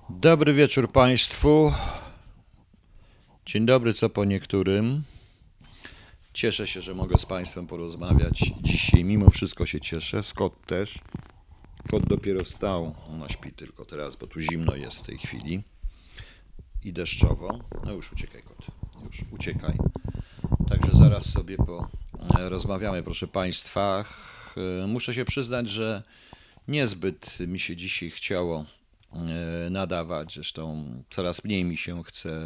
Dobry wieczór Państwu. Dzień dobry co po niektórym. Cieszę się, że mogę z Państwem porozmawiać dzisiaj. Mimo wszystko się cieszę. Scott też. Kot dopiero wstał. Ona śpi tylko teraz, bo tu zimno jest w tej chwili. I deszczowo. No już uciekaj kot. Już uciekaj. Także zaraz sobie porozmawiamy, proszę Państwa. Muszę się przyznać, że niezbyt mi się dzisiaj chciało nadawać. Zresztą coraz mniej mi się chce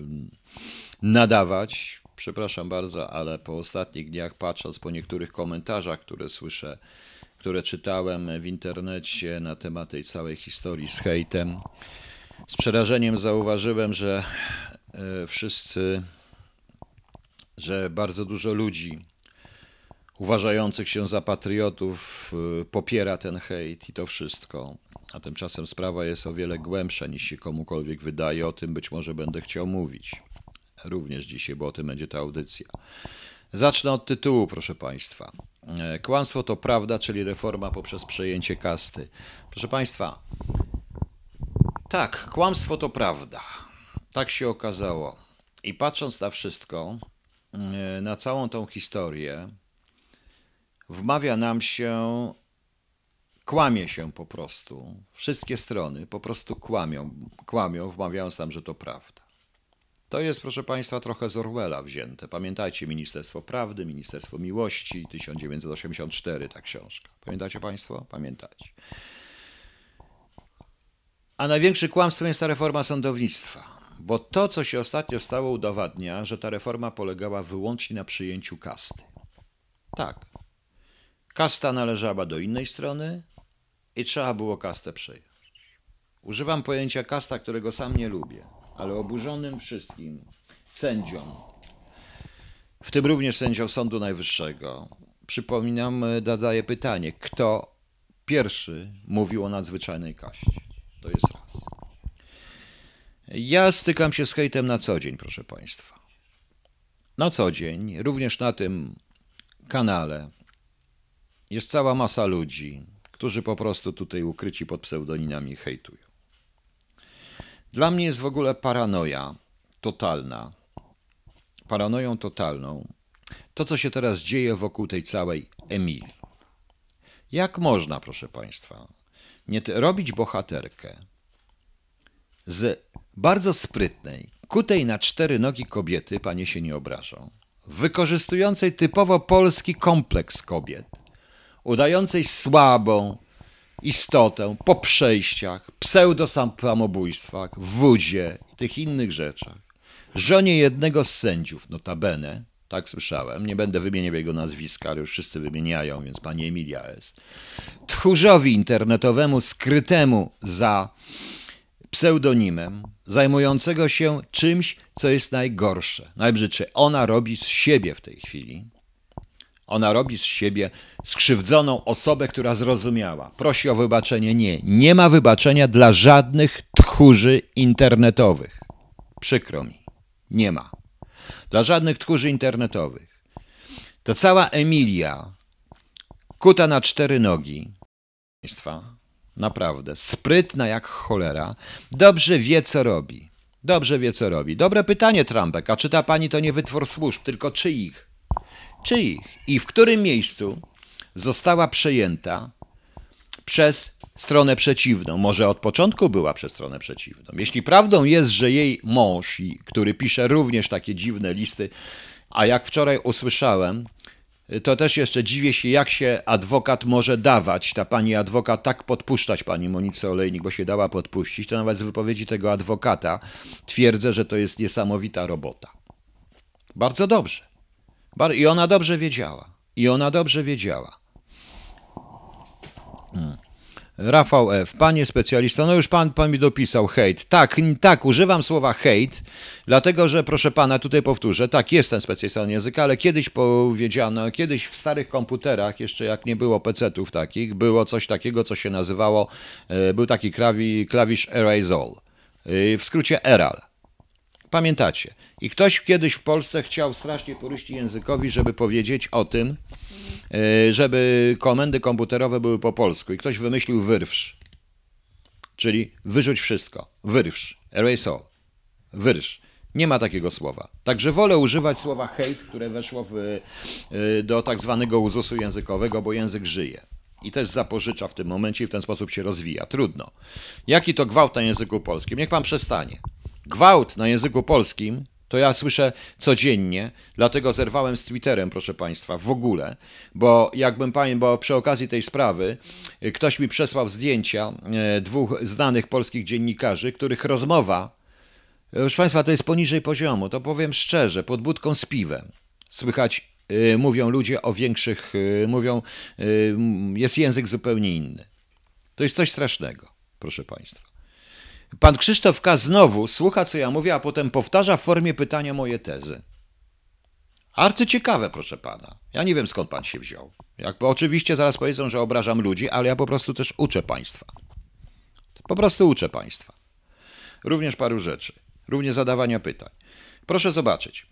nadawać. Przepraszam bardzo, ale po ostatnich dniach, patrząc po niektórych komentarzach, które słyszę, które czytałem w internecie na temat tej całej historii z hejtem, z przerażeniem zauważyłem, że bardzo dużo ludzi uważających się za patriotów popiera ten hejt i to wszystko. A tymczasem sprawa jest o wiele głębsza niż się komukolwiek wydaje. O tym być może będę chciał mówić również dzisiaj, bo o tym będzie ta audycja. Zacznę od tytułu, proszę Państwa. Kłamstwo to prawda, czyli reforma poprzez przejęcie kasty. Proszę Państwa, tak, kłamstwo to prawda. Tak się okazało. I patrząc na wszystko, na całą tą historię, wmawia nam się, kłamie się po prostu. Wszystkie strony po prostu kłamią, wmawiając nam, że to prawda. To jest, proszę Państwa, trochę z Orwella wzięte. Pamiętajcie Ministerstwo Prawdy, Ministerstwo Miłości, 1984, ta książka. Pamiętacie Państwo? Pamiętacie. A największym kłamstwem jest ta reforma sądownictwa. Bo to, co się ostatnio stało, udowadnia, że ta reforma polegała wyłącznie na przyjęciu kasty. Tak. Kasta należała do innej strony i trzeba było kastę przejąć. Używam pojęcia kasta, którego sam nie lubię, ale oburzonym wszystkim sędziom, w tym również sędziom Sądu Najwyższego, przypominam, zadaję pytanie, kto pierwszy mówił o nadzwyczajnej kaście? To jest raz. Ja stykam się z hejtem na co dzień, proszę Państwa. Na co dzień, również na tym kanale, jest cała masa ludzi, którzy po prostu tutaj ukryci pod pseudonimami hejtują. Dla mnie jest w ogóle paranoja totalna, paranoją totalną to, co się teraz dzieje wokół tej całej Emilii. Jak można, proszę Państwa, robić bohaterkę z bardzo sprytnej, kutej na cztery nogi kobiety, panie się nie obrażą, wykorzystującej typowo polski kompleks kobiet, udającej słabą istotę po przejściach, pseudo-samobójstwach, wódzie i tych innych rzeczach, żonie jednego z sędziów, notabene, tak słyszałem, nie będę wymieniał jego nazwiska, ale już wszyscy wymieniają, więc pani Emilia jest, tchórzowi internetowemu skrytemu za pseudonimem, zajmującego się czymś, co jest najgorsze, najbrzydsze. Ona robi z siebie w tej chwili, ona robi z siebie skrzywdzoną osobę, która zrozumiała. Prosi o wybaczenie. Nie, nie ma wybaczenia dla żadnych tchórzy internetowych. Przykro mi, nie ma. Dla żadnych tchórzy internetowych. To cała Emilia, kuta na cztery nogi, naprawdę, sprytna jak cholera, dobrze wie, co robi. Dobrze wie, co robi. Dobre pytanie, Trumpek, a czyta pani to nie wytwór służb, tylko czyich? Czyich i w którym miejscu została przejęta przez stronę przeciwną. Może od początku była przez stronę przeciwną. Jeśli prawdą jest, że jej mąż, który pisze również takie dziwne listy, a jak wczoraj usłyszałem, to też jeszcze dziwię się, jak się adwokat może dawać, ta pani adwokat tak podpuszczać pani Monice Olejnik, bo się dała podpuścić, to nawet z wypowiedzi tego adwokata twierdzę, że to jest niesamowita robota. Bardzo dobrze. I ona dobrze wiedziała. I ona dobrze wiedziała. Rafał F., panie specjalista, no już pan mi dopisał hejt. Tak, używam słowa hejt, dlatego że, proszę pana, tutaj powtórzę, tak, jestem specjalistą języka, ale kiedyś powiedziano, kiedyś w starych komputerach, jeszcze jak nie było PC-ów takich, było coś takiego, co się nazywało, był taki klawisz Erase All, w skrócie ERAL. Pamiętacie? I ktoś kiedyś w Polsce chciał strasznie puryści językowi, żeby powiedzieć o tym, żeby komendy komputerowe były po polsku. I ktoś wymyślił wyrwsz. czyli wyrzuć wszystko, wyrwsz, erase all, wyrż. Nie ma takiego słowa. Także wolę używać słowa hejt, które weszło do tak zwanego uzusu językowego, bo język żyje. I też zapożycza w tym momencie i w ten sposób się rozwija. Trudno. Jaki to gwałt na języku polskim? Niech pan przestanie. Gwałt na języku polskim to ja słyszę codziennie, dlatego zerwałem z Twitterem, proszę państwa, w ogóle, bo bo przy okazji tej sprawy ktoś mi przesłał zdjęcia dwóch znanych polskich dziennikarzy, których rozmowa, proszę państwa, to jest poniżej poziomu, to powiem szczerze, pod budką z piwem. Słychać, mówią ludzie o większych, jest język zupełnie inny. To jest coś strasznego, proszę państwa. Pan Krzysztof K. znowu słucha, co ja mówię, a potem powtarza w formie pytania moje tezy. Arcyciekawe, proszę pana. Ja nie wiem, skąd pan się wziął. Oczywiście zaraz powiedzą, że obrażam ludzi, ale ja po prostu też uczę państwa. Po prostu uczę państwa. Również paru rzeczy. Również zadawania pytań. Proszę zobaczyć.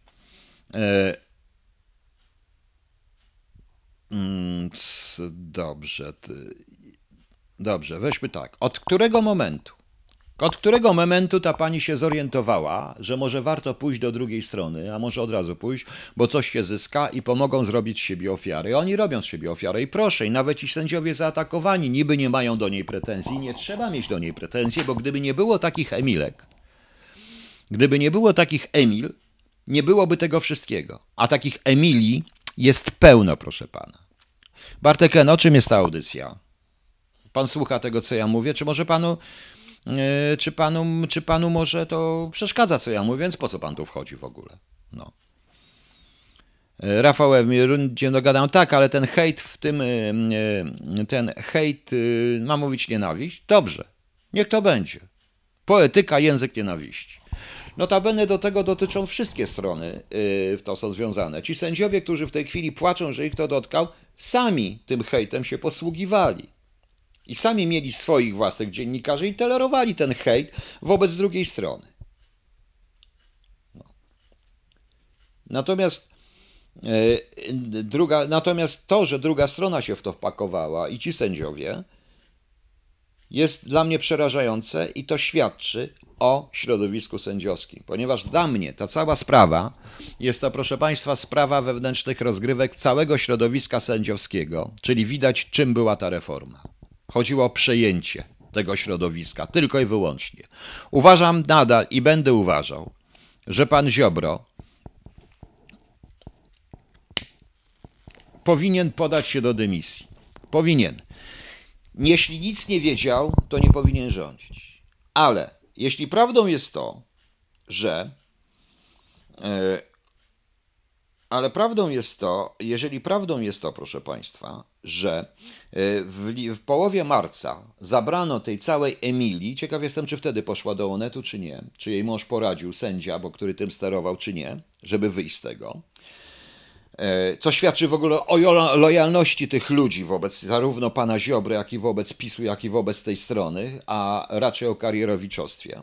Dobrze, weźmy tak. Od którego momentu ta pani się zorientowała, że może warto pójść do drugiej strony, a może od razu pójść, bo coś się zyska i pomogą zrobić z siebie ofiary. Oni robią z siebie ofiarę i proszę, i nawet ci sędziowie zaatakowani niby nie mają do niej pretensji, nie trzeba mieć do niej pretensji, bo gdyby nie było takich Emilek, gdyby nie było takich Emil, nie byłoby tego wszystkiego. A takich Emilii jest pełno, proszę pana. Bartek N., o czym jest ta audycja? Pan słucha tego, co ja mówię, czy może panu... Czy panu może to przeszkadza, co ja mówię, więc po co pan tu wchodzi w ogóle? No. Rafał F. mnie dogadał, tak, ale ten hejt ma mówić nienawiść? Dobrze, niech to będzie. Poetyka, język nienawiści. Notabene do tego dotyczą wszystkie strony, w to są związane. Ci sędziowie, którzy w tej chwili płaczą, że ich to dotkał, sami tym hejtem się posługiwali. I sami mieli swoich własnych dziennikarzy i tolerowali ten hejt wobec drugiej strony. No. Natomiast to, że druga strona się w to wpakowała i ci sędziowie, jest dla mnie przerażające i to świadczy o środowisku sędziowskim. Ponieważ dla mnie ta cała sprawa jest to, proszę państwa, sprawa wewnętrznych rozgrywek całego środowiska sędziowskiego, czyli widać, czym była ta reforma. Chodziło o przejęcie tego środowiska, tylko i wyłącznie. Uważam nadal i będę uważał, że pan Ziobro powinien podać się do dymisji. Powinien. Jeśli nic nie wiedział, to nie powinien rządzić. Ale jeśli prawdą jest to, że... jeżeli prawdą jest to, proszę państwa, że w połowie marca zabrano tej całej Emilii, ciekaw jestem, czy wtedy poszła do Onetu, czy nie, czy jej mąż poradził, sędzia, bo który tym sterował, czy nie, żeby wyjść z tego, co świadczy w ogóle o lojalności tych ludzi wobec zarówno pana Ziobry, jak i wobec PiS-u, jak i wobec tej strony, a raczej o karierowiczostwie.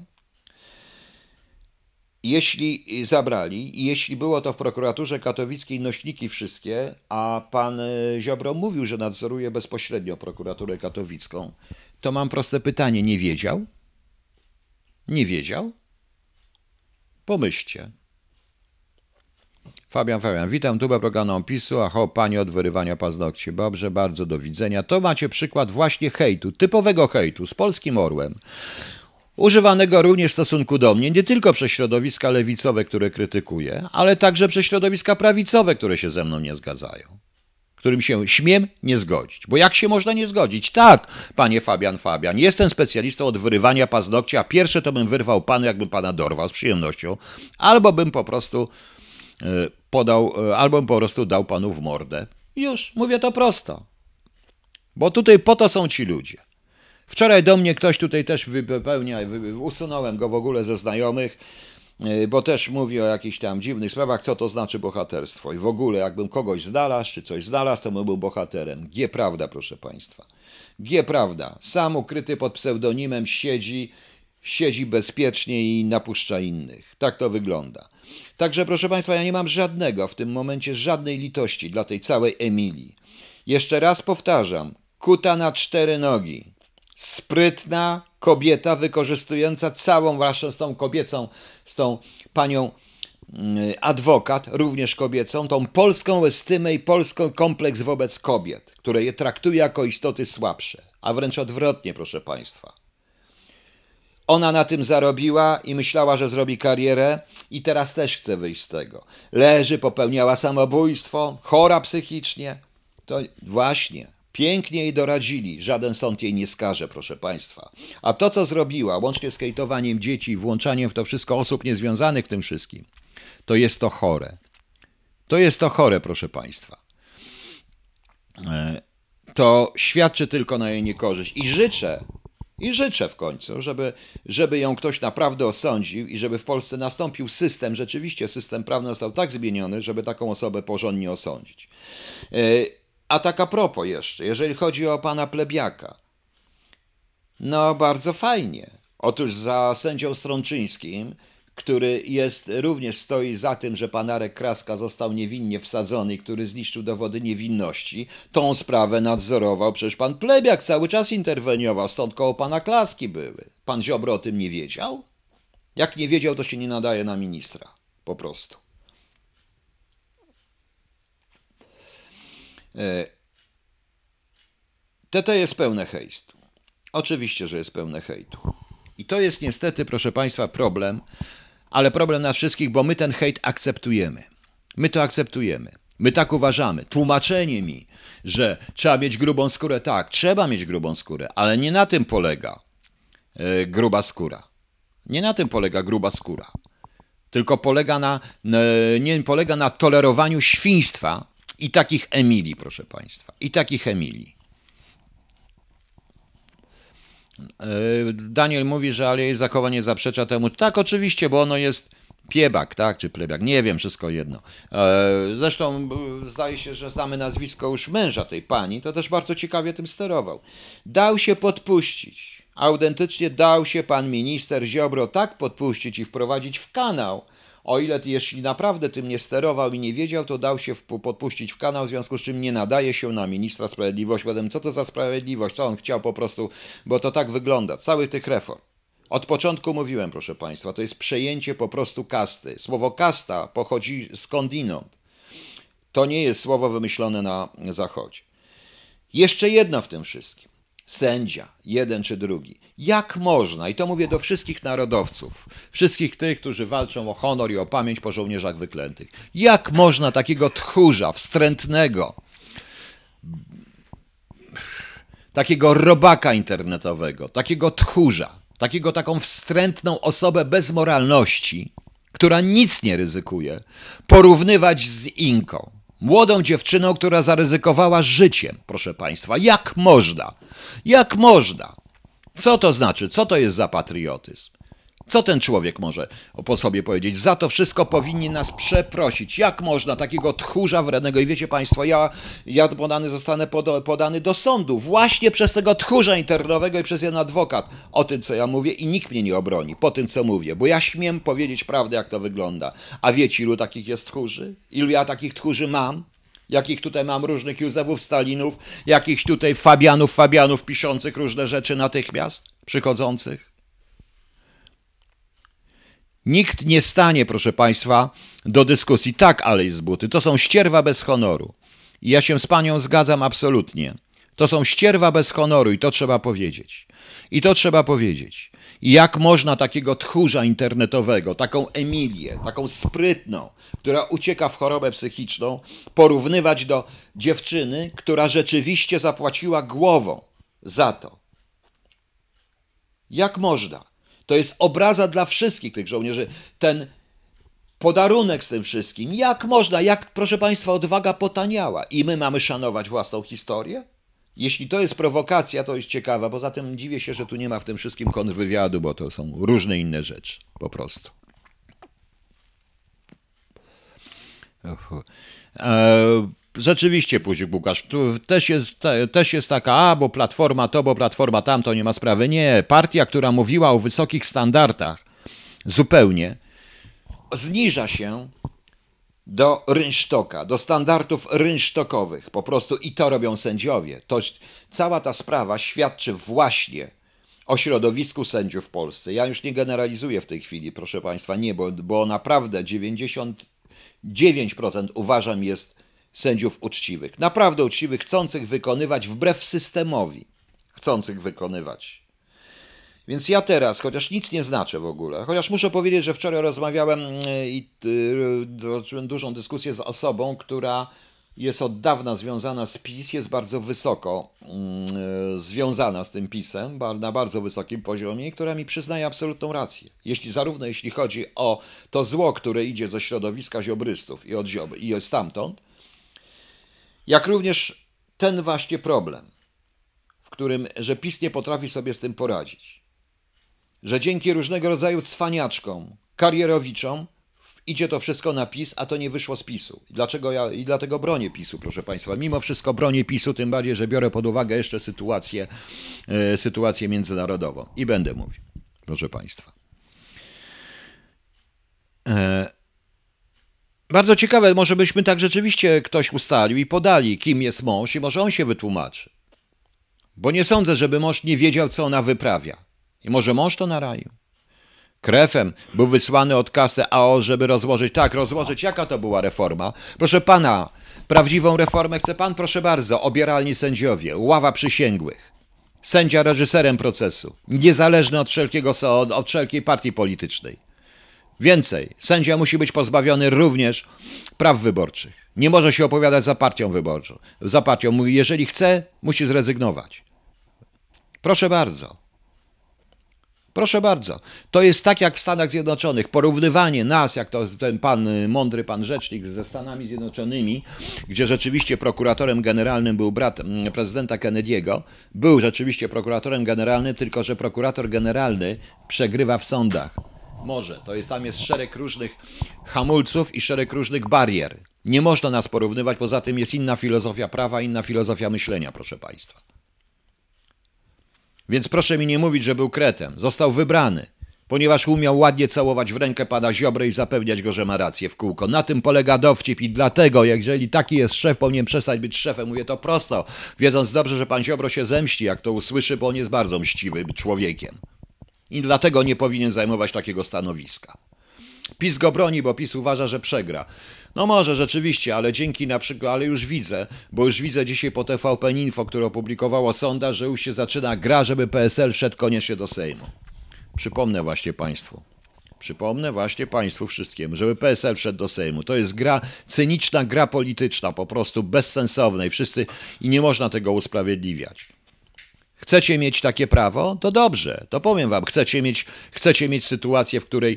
Jeśli zabrali i jeśli było to w prokuraturze katowickiej nośniki wszystkie, a pan Ziobro mówił, że nadzoruje bezpośrednio prokuraturę katowicką, to mam proste pytanie, nie wiedział? Nie wiedział? Pomyślcie. Fabian, witam, tuba programu PiS-u, aho, pani od wyrywania paznokci. Dobrze, bardzo, do widzenia. To macie przykład właśnie hejtu, typowego hejtu z polskim orłem. Używanego również w stosunku do mnie, nie tylko przez środowiska lewicowe, które krytykuję, ale także przez środowiska prawicowe, które się ze mną nie zgadzają. Którym się śmiem nie zgodzić. Bo jak się można nie zgodzić? Tak, panie Fabian, jestem specjalistą od wyrywania paznokci, a pierwsze to bym wyrwał panu, jakbym pana dorwał z przyjemnością, albo bym po prostu dał panu w mordę. Już, mówię to prosto. Bo tutaj po to są ci ludzie. Wczoraj do mnie ktoś tutaj też usunąłem go w ogóle ze znajomych, bo też mówi o jakichś tam dziwnych sprawach, co to znaczy bohaterstwo. I w ogóle jakbym kogoś znalazł, czy coś znalazł, to bym był bohaterem. G-prawda, proszę państwa. G-prawda. Sam ukryty pod pseudonimem siedzi bezpiecznie i napuszcza innych. Tak to wygląda. Także, proszę państwa, ja nie mam w tym momencie żadnej litości dla tej całej Emilii. Jeszcze raz powtarzam, kuta na 4 nogi. sprytna kobieta wykorzystująca całą właśnie z tą kobiecą, z tą panią adwokat, również kobiecą, tą polską estymę i polski kompleks wobec kobiet, które je traktuje jako istoty słabsze, a wręcz odwrotnie, proszę państwa. Ona na tym zarobiła i myślała, że zrobi karierę i teraz też chce wyjść z tego. Leży, popełniała samobójstwo, chora psychicznie. To właśnie, pięknie jej doradzili, żaden sąd jej nie skaże, proszę państwa. A to, co zrobiła, łącznie z kejtowaniem dzieci, włączaniem w to wszystko osób niezwiązanych tym wszystkim, to jest to chore. To jest to chore, proszę państwa. To świadczy tylko na jej niekorzyść. I życzę w końcu, żeby ją ktoś naprawdę osądził i żeby w Polsce nastąpił system, rzeczywiście system prawny został tak zmieniony, żeby taką osobę porządnie osądzić. A tak a propos jeszcze, jeżeli chodzi o pana Plebiaka, no bardzo fajnie. Otóż za sędzią Strączyńskim, który również stoi za tym, że pan Arek Kraska został niewinnie wsadzony i który zniszczył dowody niewinności, tą sprawę nadzorował. Przecież pan Plebiak cały czas interweniował, stąd koło pana klaski były. Pan Ziobro o tym nie wiedział? Jak nie wiedział, to się nie nadaje na ministra. Po prostu. TT jest pełne hejtu. Oczywiście, że jest pełne hejtu. I to jest niestety, proszę państwa, problem, ale problem nas wszystkich, bo my ten hejt akceptujemy. My to akceptujemy. My tak uważamy. Tłumaczenie mi, że trzeba mieć grubą skórę, tak, trzeba mieć grubą skórę, ale nie na tym polega gruba skóra. Nie na tym polega gruba skóra. Tylko nie polega na tolerowaniu świństwa i takich Emilii, proszę państwa. I takich Emilii. Daniel mówi, że ale jej zachowanie zaprzecza temu. Tak, oczywiście, bo ono jest piebak, tak, czy plebiak, nie wiem, wszystko jedno. Zresztą zdaje się, że znamy nazwisko już męża tej pani, to też bardzo ciekawie tym sterował. Dał się podpuścić, autentycznie dał się pan minister Ziobro tak podpuścić i wprowadzić w kanał, o ile jeśli naprawdę tym nie sterował i nie wiedział, to dał się podpuścić w kanał, w związku z czym nie nadaje się na ministra sprawiedliwości. Potem co to za sprawiedliwość, co on chciał po prostu, bo to tak wygląda, całych tych reform. Od początku mówiłem, proszę państwa, to jest przejęcie po prostu kasty. Słowo kasta pochodzi skądinąd. To nie jest słowo wymyślone na Zachodzie. Jeszcze jedno w tym wszystkim. Sędzia, jeden czy drugi. Jak można, i to mówię do wszystkich narodowców, wszystkich tych, którzy walczą o honor i o pamięć po żołnierzach wyklętych, jak można takiego tchórza, wstrętnego, takiego robaka internetowego, takiego tchórza, taką wstrętną osobę bez moralności, która nic nie ryzykuje, porównywać z Inką? Młodą dziewczyną, która zaryzykowała życiem, proszę państwa. Jak można? Jak można? Co to znaczy? Co to jest za patriotyzm? Co ten człowiek może po sobie powiedzieć? Za to wszystko powinni nas przeprosić. Jak można takiego tchórza wrednego? I wiecie państwo, ja zostanę podany do sądu właśnie przez tego tchórza internetowego i przez jeden adwokat o tym, co ja mówię i nikt mnie nie obroni po tym, co mówię, bo ja śmiem powiedzieć prawdę, jak to wygląda. A wiecie, ilu takich jest tchórzy? Ilu ja takich tchórzy mam? Jakich tutaj mam różnych Józefów, Stalinów, jakichś tutaj Fabianów piszących różne rzeczy natychmiast, przychodzących? Nikt nie stanie, proszę państwa, do dyskusji. Tak, ale z buty. To są ścierwa bez honoru. I ja się z panią zgadzam absolutnie. To są ścierwa bez honoru i to trzeba powiedzieć. I to trzeba powiedzieć. I jak można takiego tchórza internetowego, taką Emilię, taką sprytną, która ucieka w chorobę psychiczną, porównywać do dziewczyny, która rzeczywiście zapłaciła głową za to? Jak można? To jest obraza dla wszystkich tych żołnierzy. Ten podarunek z tym wszystkim. Jak można? Jak, proszę państwa, odwaga potaniała? I my mamy szanować własną historię? Jeśli to jest prowokacja, to jest ciekawa. Poza tym dziwię się, że tu nie ma w tym wszystkim kontrwywiadu, bo to są różne inne rzeczy. Po prostu. Rzeczywiście, Puzik Łukasz, tu też jest taka, bo Platforma to, bo Platforma tamto, nie ma sprawy. Nie, partia, która mówiła o wysokich standardach, zupełnie zniża się do rynsztoka, do standardów rynsztokowych. Po prostu i to robią sędziowie. Cała ta sprawa świadczy właśnie o środowisku sędziów w Polsce. Ja już nie generalizuję w tej chwili, proszę Państwa, nie, bo naprawdę 99% uważam jest sędziów uczciwych. Naprawdę uczciwych, chcących wykonywać wbrew systemowi. Chcących wykonywać. Więc ja teraz, chociaż nic nie znaczę w ogóle, chociaż muszę powiedzieć, że wczoraj rozmawiałem i toczyłem dużą dyskusję z osobą, która jest od dawna związana z PiS, jest bardzo wysoko związana z tym PiS-em, na bardzo wysokim poziomie, i która mi przyznaje absolutną rację. Zarówno jeśli chodzi o to zło, które idzie ze środowiska ziobrystów i od Ziobry, i stamtąd, jak również ten właśnie problem, w którym, że PiS nie potrafi sobie z tym poradzić. Że dzięki różnego rodzaju cwaniaczkom, karierowiczom idzie to wszystko na PiS, a to nie wyszło z PiS-u. Dlatego bronię PiS-u, proszę Państwa. Mimo wszystko bronię PiS-u, tym bardziej, że biorę pod uwagę jeszcze sytuację międzynarodową. I będę mówił, proszę Państwa. Bardzo ciekawe, może byśmy tak rzeczywiście ktoś ustalił i podali, kim jest mąż, i może on się wytłumaczy. Bo nie sądzę, żeby mąż nie wiedział, co ona wyprawia. I może mąż to naraił. Krefem był wysłany od kasty AO, żeby rozłożyć. Tak, rozłożyć. Jaka to była reforma? Proszę pana, prawdziwą reformę chce pan? Proszę bardzo. Obieralni sędziowie, ława przysięgłych. Sędzia reżyserem procesu. Niezależny od wszelkiej partii politycznej. Więcej. Sędzia musi być pozbawiony również praw wyborczych. Nie może się opowiadać za partią wyborczą. Za partią. Jeżeli chce, musi zrezygnować. Proszę bardzo. Proszę bardzo. To jest tak jak w Stanach Zjednoczonych. Porównywanie nas, jak to ten mądry pan rzecznik ze Stanami Zjednoczonymi, gdzie rzeczywiście prokuratorem generalnym był brat prezydenta Kennedy'ego, był rzeczywiście prokuratorem generalnym, tylko że prokurator generalny przegrywa w sądach. Może. Tam jest szereg różnych hamulców i szereg różnych barier. Nie można nas porównywać, poza tym jest inna filozofia prawa, inna filozofia myślenia, proszę Państwa. Więc proszę mi nie mówić, że był kretem. Został wybrany, ponieważ umiał ładnie całować w rękę pana Ziobrę i zapewniać go, że ma rację w kółko. Na tym polega dowcip i dlatego, jeżeli taki jest szef, powinien przestać być szefem. Mówię to prosto, wiedząc dobrze, że pan Ziobro się zemści, jak to usłyszy, bo on jest bardzo mściwym człowiekiem. I dlatego nie powinien zajmować takiego stanowiska. PiS go broni, bo PiS uważa, że przegra. No może rzeczywiście, ale ale już widzę, bo już widzę dzisiaj po TVP Info, które opublikowało sondaż, że już się zaczyna gra, żeby PSL wszedł koniecznie do Sejmu. Przypomnę właśnie Państwu wszystkim, żeby PSL wszedł do Sejmu. To jest cyniczna gra polityczna, po prostu bezsensowna i nie można tego usprawiedliwiać. Chcecie mieć takie prawo? To dobrze, to powiem wam. Chcecie mieć sytuację, w której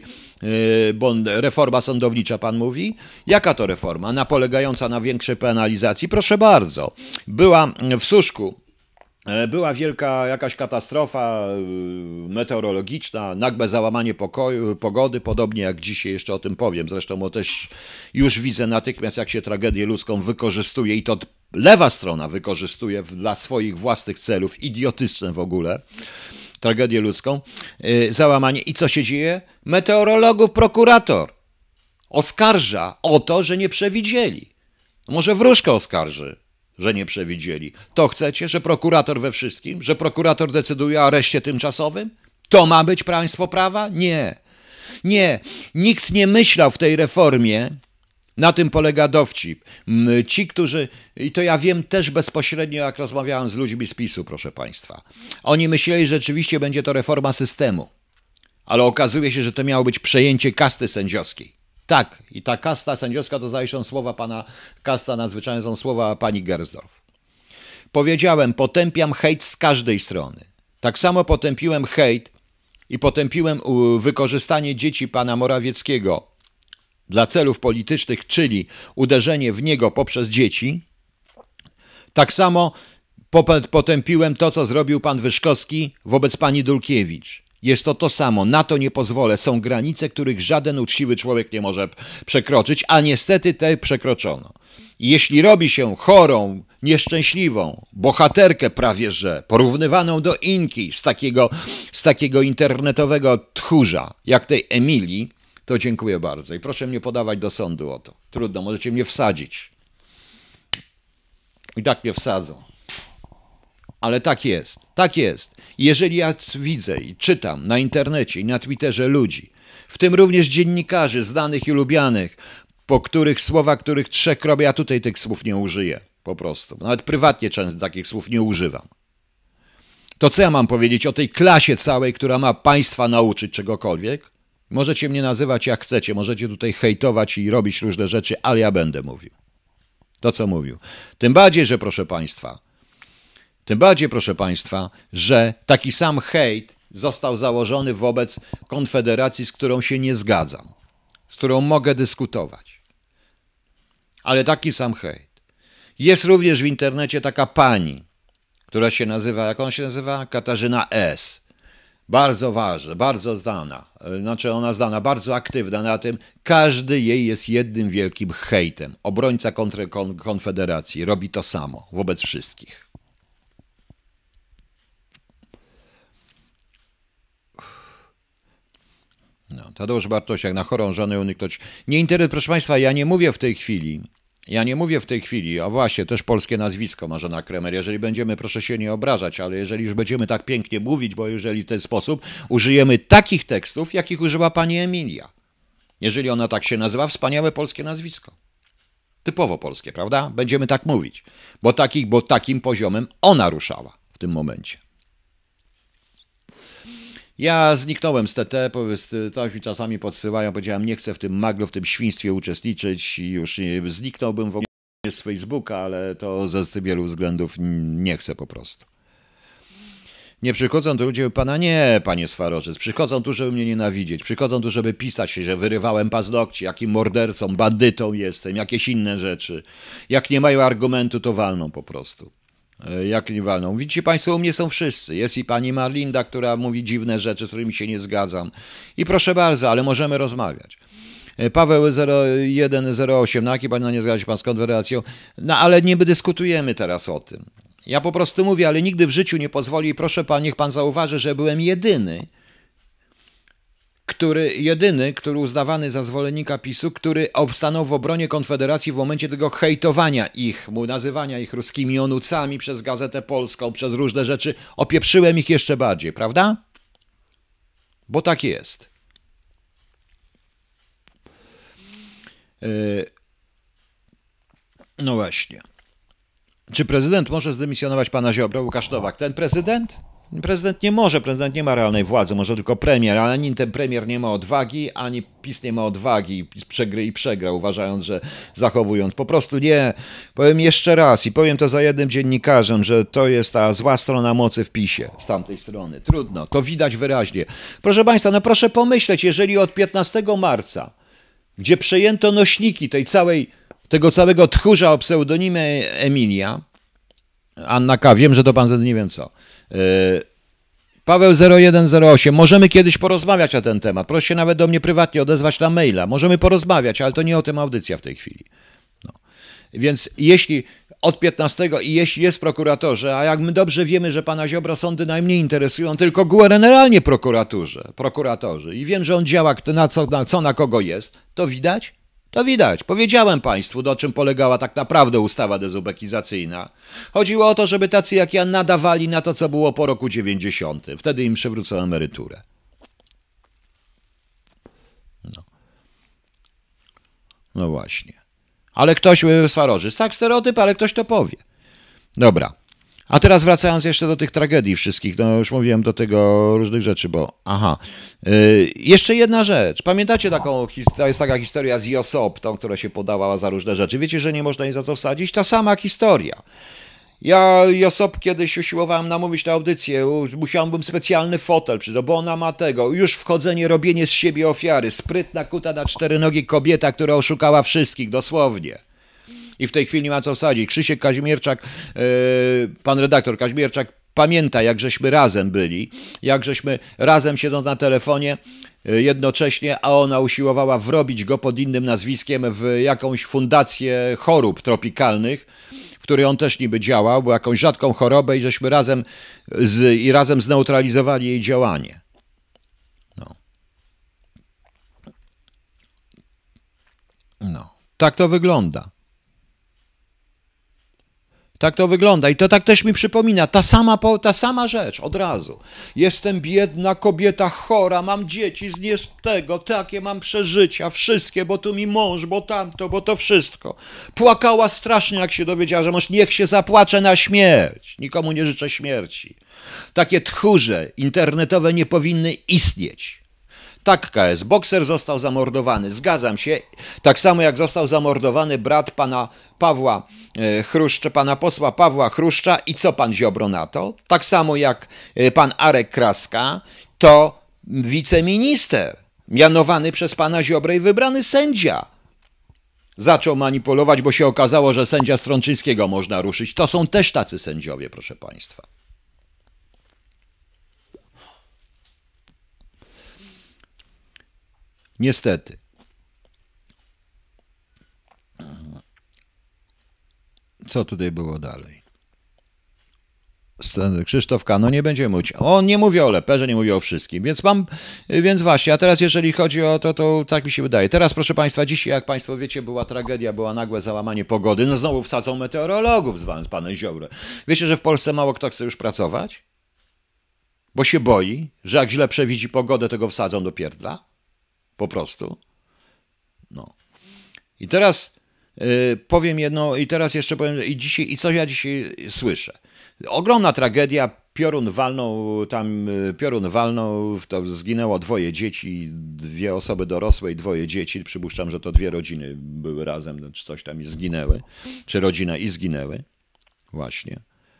reforma sądownicza, pan mówi? Jaka to reforma? Polegająca na większej penalizacji? Proszę bardzo. Była w Suszku, była wielka jakaś katastrofa meteorologiczna, nagłe załamanie pogody, podobnie jak dzisiaj, jeszcze o tym powiem. Zresztą bo też już widzę natychmiast, jak się tragedię ludzką wykorzystuje i to lewa strona wykorzystuje dla swoich własnych celów, idiotyczne w ogóle, tragedię ludzką, załamanie. I co się dzieje? Meteorologów prokurator oskarża o to, że nie przewidzieli. Może wróżkę oskarży, że nie przewidzieli. To chcecie, że prokurator we wszystkim? Że prokurator decyduje o areszcie tymczasowym? To ma być państwo prawa? Nie. Nie. Nikt nie myślał w tej reformie, na tym polega dowcip. Ci, którzy, i to ja wiem też bezpośrednio, jak rozmawiałem z ludźmi z PiS-u, proszę Państwa. Oni myśleli, że rzeczywiście będzie to reforma systemu. Ale okazuje się, że to miało być przejęcie kasty sędziowskiej. Tak, i ta kasta sędziowska to zdaje się słowa pana, kasta nadzwyczajna są słowa pani Gersdorf. Powiedziałem, potępiam hejt z każdej strony. Tak samo potępiłem hejt i potępiłem wykorzystanie dzieci pana Morawieckiego dla celów politycznych, czyli uderzenie w niego poprzez dzieci. Tak samo potępiłem to, co zrobił pan Wyszkowski wobec pani Dulkiewicz. Jest to samo. Na to nie pozwolę. Są granice, których żaden uczciwy człowiek nie może przekroczyć, a niestety te przekroczono. I jeśli robi się chorą, nieszczęśliwą, bohaterkę prawie że, porównywaną do Inki z takiego internetowego tchórza, jak tej Emilii, to dziękuję bardzo. I proszę mnie podawać do sądu o to. Trudno, możecie mnie wsadzić. I tak mnie wsadzą. Ale tak jest, tak jest. Jeżeli ja widzę i czytam na internecie i na Twitterze ludzi, w tym również dziennikarzy znanych i lubianych, po których słowa, których trzech robię, ja tutaj tych słów nie użyję, po prostu. Nawet prywatnie często takich słów nie używam. To co ja mam powiedzieć o tej klasie całej, która ma państwa nauczyć czegokolwiek? Możecie mnie nazywać jak chcecie, możecie tutaj hejtować i robić różne rzeczy, ale ja będę mówił. To co mówił. Tym bardziej, proszę Państwa, że taki sam hejt został założony wobec Konfederacji, z którą się nie zgadzam, z którą mogę dyskutować. Ale taki sam hejt. Jest również w internecie taka pani, która się nazywa, jak ona się nazywa? Katarzyna S. Bardzo ważna, bardzo znana. Znaczy ona znana, bardzo aktywna na tym. Każdy jej jest jednym wielkim hejtem. Obrońca Konfederacji robi to samo wobec wszystkich. No, Tadeusz Bartosiak, na chorą żonę uniknąć. Nie interesuje, proszę Państwa, ja nie mówię w tej chwili, a właśnie, też polskie nazwisko Marzena Kremer, jeżeli będziemy, proszę się nie obrażać, ale jeżeli już będziemy tak pięknie mówić, bo jeżeli w ten sposób użyjemy takich tekstów, jakich używa pani Emilia. Jeżeli ona tak się nazywa, wspaniałe polskie nazwisko. Typowo polskie, prawda? Będziemy tak mówić, bo takim poziomem ona ruszała w tym momencie. Ja zniknąłem z TT, tak mi czasami podsyłają, powiedziałem, nie chcę w tym maglu, w tym świństwie uczestniczyć i już zniknąłbym w ogóle z Facebooka, ale to ze wielu względów nie chcę po prostu. Nie przychodzą tu ludzie, pana nie, panie Swarożyc, przychodzą tu, żeby mnie nienawidzieć, przychodzą tu, żeby pisać się, że wyrywałem paznokcie, jakim mordercą, bandytą jestem, jakieś inne rzeczy. Jak nie mają argumentu, to walną po prostu. Jak nie walną. Widzicie Państwo, u mnie są wszyscy. Jest i pani Marlinda, która mówi dziwne rzeczy, z którymi się nie zgadzam. I proszę bardzo, ale możemy rozmawiać. Paweł 0108, na jaki pan nie zgadza się pan z Konfederacją? No ale nie dyskutujemy teraz o tym. Ja po prostu mówię, ale nigdy w życiu nie pozwoli, i proszę pan, niech pan zauważy, że byłem jedyny, który uznawany za zwolennika PiS-u, który stanął w obronie Konfederacji w momencie tego hejtowania ich, nazywania ich ruskimi onucami przez Gazetę Polską, przez różne rzeczy. Opieprzyłem ich jeszcze bardziej, prawda? Bo tak jest. No właśnie. Czy prezydent może zdymisjonować pana Ziobro? Łukasz Nowak. Ten prezydent? Prezydent nie może, prezydent nie ma realnej władzy, może tylko premier, ale ani ten premier nie ma odwagi, ani PiS nie ma odwagi i przegrał, uważając, że zachowując. Po prostu nie. Powiem jeszcze raz i powiem to za jednym dziennikarzem, że to jest ta zła strona mocy w PiS-ie z tamtej strony. Trudno, to widać wyraźnie. Proszę Państwa, no proszę pomyśleć, jeżeli od 15 marca, gdzie przejęto nośniki tego całego tchórza o pseudonimie Emilia, Anna K., wiem, że to pan nie wiem co. Paweł 0108, możemy kiedyś porozmawiać na ten temat. Proszę się nawet do mnie prywatnie odezwać na maila. Możemy porozmawiać, ale to nie o tym audycja w tej chwili. No. Więc jeśli od 15 i jeśli jest w prokuratorze, a jak my dobrze wiemy, że pana Ziobro sądy najmniej interesują, tylko generalnie prokuratorzy i wiem, że on działa na kogo jest, to widać? To widać. Powiedziałem Państwu, do czym polegała tak naprawdę ustawa dezubekizacyjna. Chodziło o to, żeby tacy jak ja nadawali na to, co było po roku 90. Wtedy im przywrócą emeryturę. No właśnie. Ale ktoś, Swarożyc, tak stereotyp, ale ktoś to powie. Dobra. A teraz wracając jeszcze do tych tragedii wszystkich, no już mówiłem do tego różnych rzeczy, bo jeszcze jedna rzecz. Pamiętacie to jest taka historia z Josop, tą, która się podawała za różne rzeczy. Wiecie, że nie można jej za co wsadzić? Ta sama historia. Ja Josop kiedyś usiłowałem namówić na audycję, musiałem specjalny fotel bo ona ma tego, już wchodzenie, robienie z siebie ofiary, sprytna, kuta na cztery nogi kobieta, która oszukała wszystkich, dosłownie. I w tej chwili nie ma co wsadzić. Krzysiek Kaźmierczak, pan redaktor Kaźmierczak pamięta, jak żeśmy razem byli, jak żeśmy razem siedząc na telefonie jednocześnie, a ona usiłowała wrobić go pod innym nazwiskiem w jakąś fundację chorób tropikalnych, w której on też niby działał, bo jakąś rzadką chorobę i żeśmy razem zneutralizowali jej działanie. No. tak to wygląda. Tak to wygląda i to tak też mi przypomina, ta sama rzecz od razu. Jestem biedna kobieta, chora, mam dzieci z tego, takie mam przeżycia, wszystkie, bo tu mi mąż, bo tamto, bo to wszystko. Płakała strasznie, jak się dowiedziała, że mąż niech się zapłacze na śmierć. Nikomu nie życzę śmierci. Takie tchórze internetowe nie powinny istnieć. Tak, KS, bokser został zamordowany, zgadzam się, tak samo jak został zamordowany brat pana Pawła Chruszcza, pana posła Pawła Chruszcza i co pan Ziobro na to? Tak samo jak pan Arek Kraska, to wiceminister, mianowany przez pana Ziobrę i wybrany sędzia. Zaczął manipulować, bo się okazało, że sędzia Strączyńskiego można ruszyć. To są też tacy sędziowie, proszę państwa. Niestety. Co tutaj było dalej? Krzysztof K. No nie będziemy mówić. On nie mówi o Leperze, nie mówi o wszystkim. Więc właśnie, a teraz jeżeli chodzi o to tak mi się wydaje. Teraz, proszę państwa, dzisiaj, jak państwo wiecie, była tragedia, była nagłe załamanie pogody. No znowu wsadzą meteorologów z panem Ziobrę. Wiecie, że w Polsce mało kto chce już pracować? Bo się boi, że jak źle przewidzi pogodę, to go wsadzą do pierdla. Po prostu. No. I teraz powiem jedno, i teraz jeszcze powiem, i co ja dzisiaj słyszę. Ogromna tragedia, piorun walnął, to zginęło 2 dzieci, 2 osoby dorosłe i 2 dzieci. Przypuszczam, że to 2 rodziny były razem, czy coś tam i zginęły, czy rodzina i zginęły. Właśnie.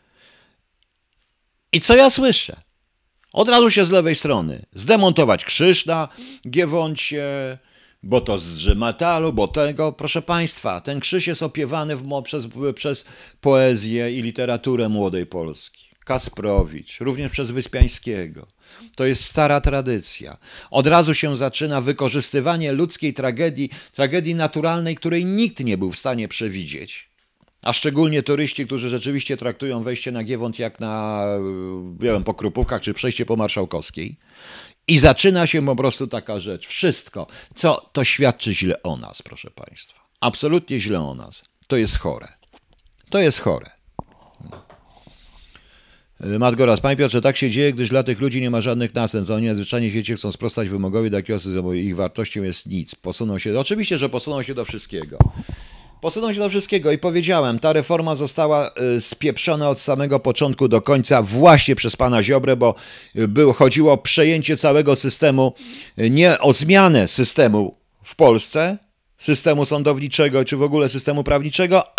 I co ja słyszę? Od razu się z lewej strony zdemontować krzyż na Giewoncie, bo to z metalu, bo tego. Proszę państwa, ten krzyż jest opiewany przez poezję i literaturę młodej Polski. Kasprowicz, również przez Wyspiańskiego. To jest stara tradycja. Od razu się zaczyna wykorzystywanie ludzkiej tragedii naturalnej, której nikt nie był w stanie przewidzieć. A szczególnie turyści, którzy rzeczywiście traktują wejście na Giewont jak na, nie wiem, po Krupówkach czy przejście po Marszałkowskiej. I zaczyna się po prostu taka rzecz. Wszystko, co to świadczy źle o nas, proszę państwa. Absolutnie źle o nas. To jest chore. To jest chore. Matgoras, panie Piotrze, tak się dzieje, gdyż dla tych ludzi nie ma żadnych następstw. Oni nadzwyczajnie w świecie chcą sprostać wymogowi do jakiegoś, bo ich wartością jest nic. Posuną się, oczywiście, że posuną się do wszystkiego. Posuną się do wszystkiego i powiedziałem, ta reforma została spieprzona od samego początku do końca właśnie przez pana Ziobrę, bo chodziło o przejęcie całego systemu, nie o zmianę systemu w Polsce, systemu sądowniczego czy w ogóle systemu prawniczego,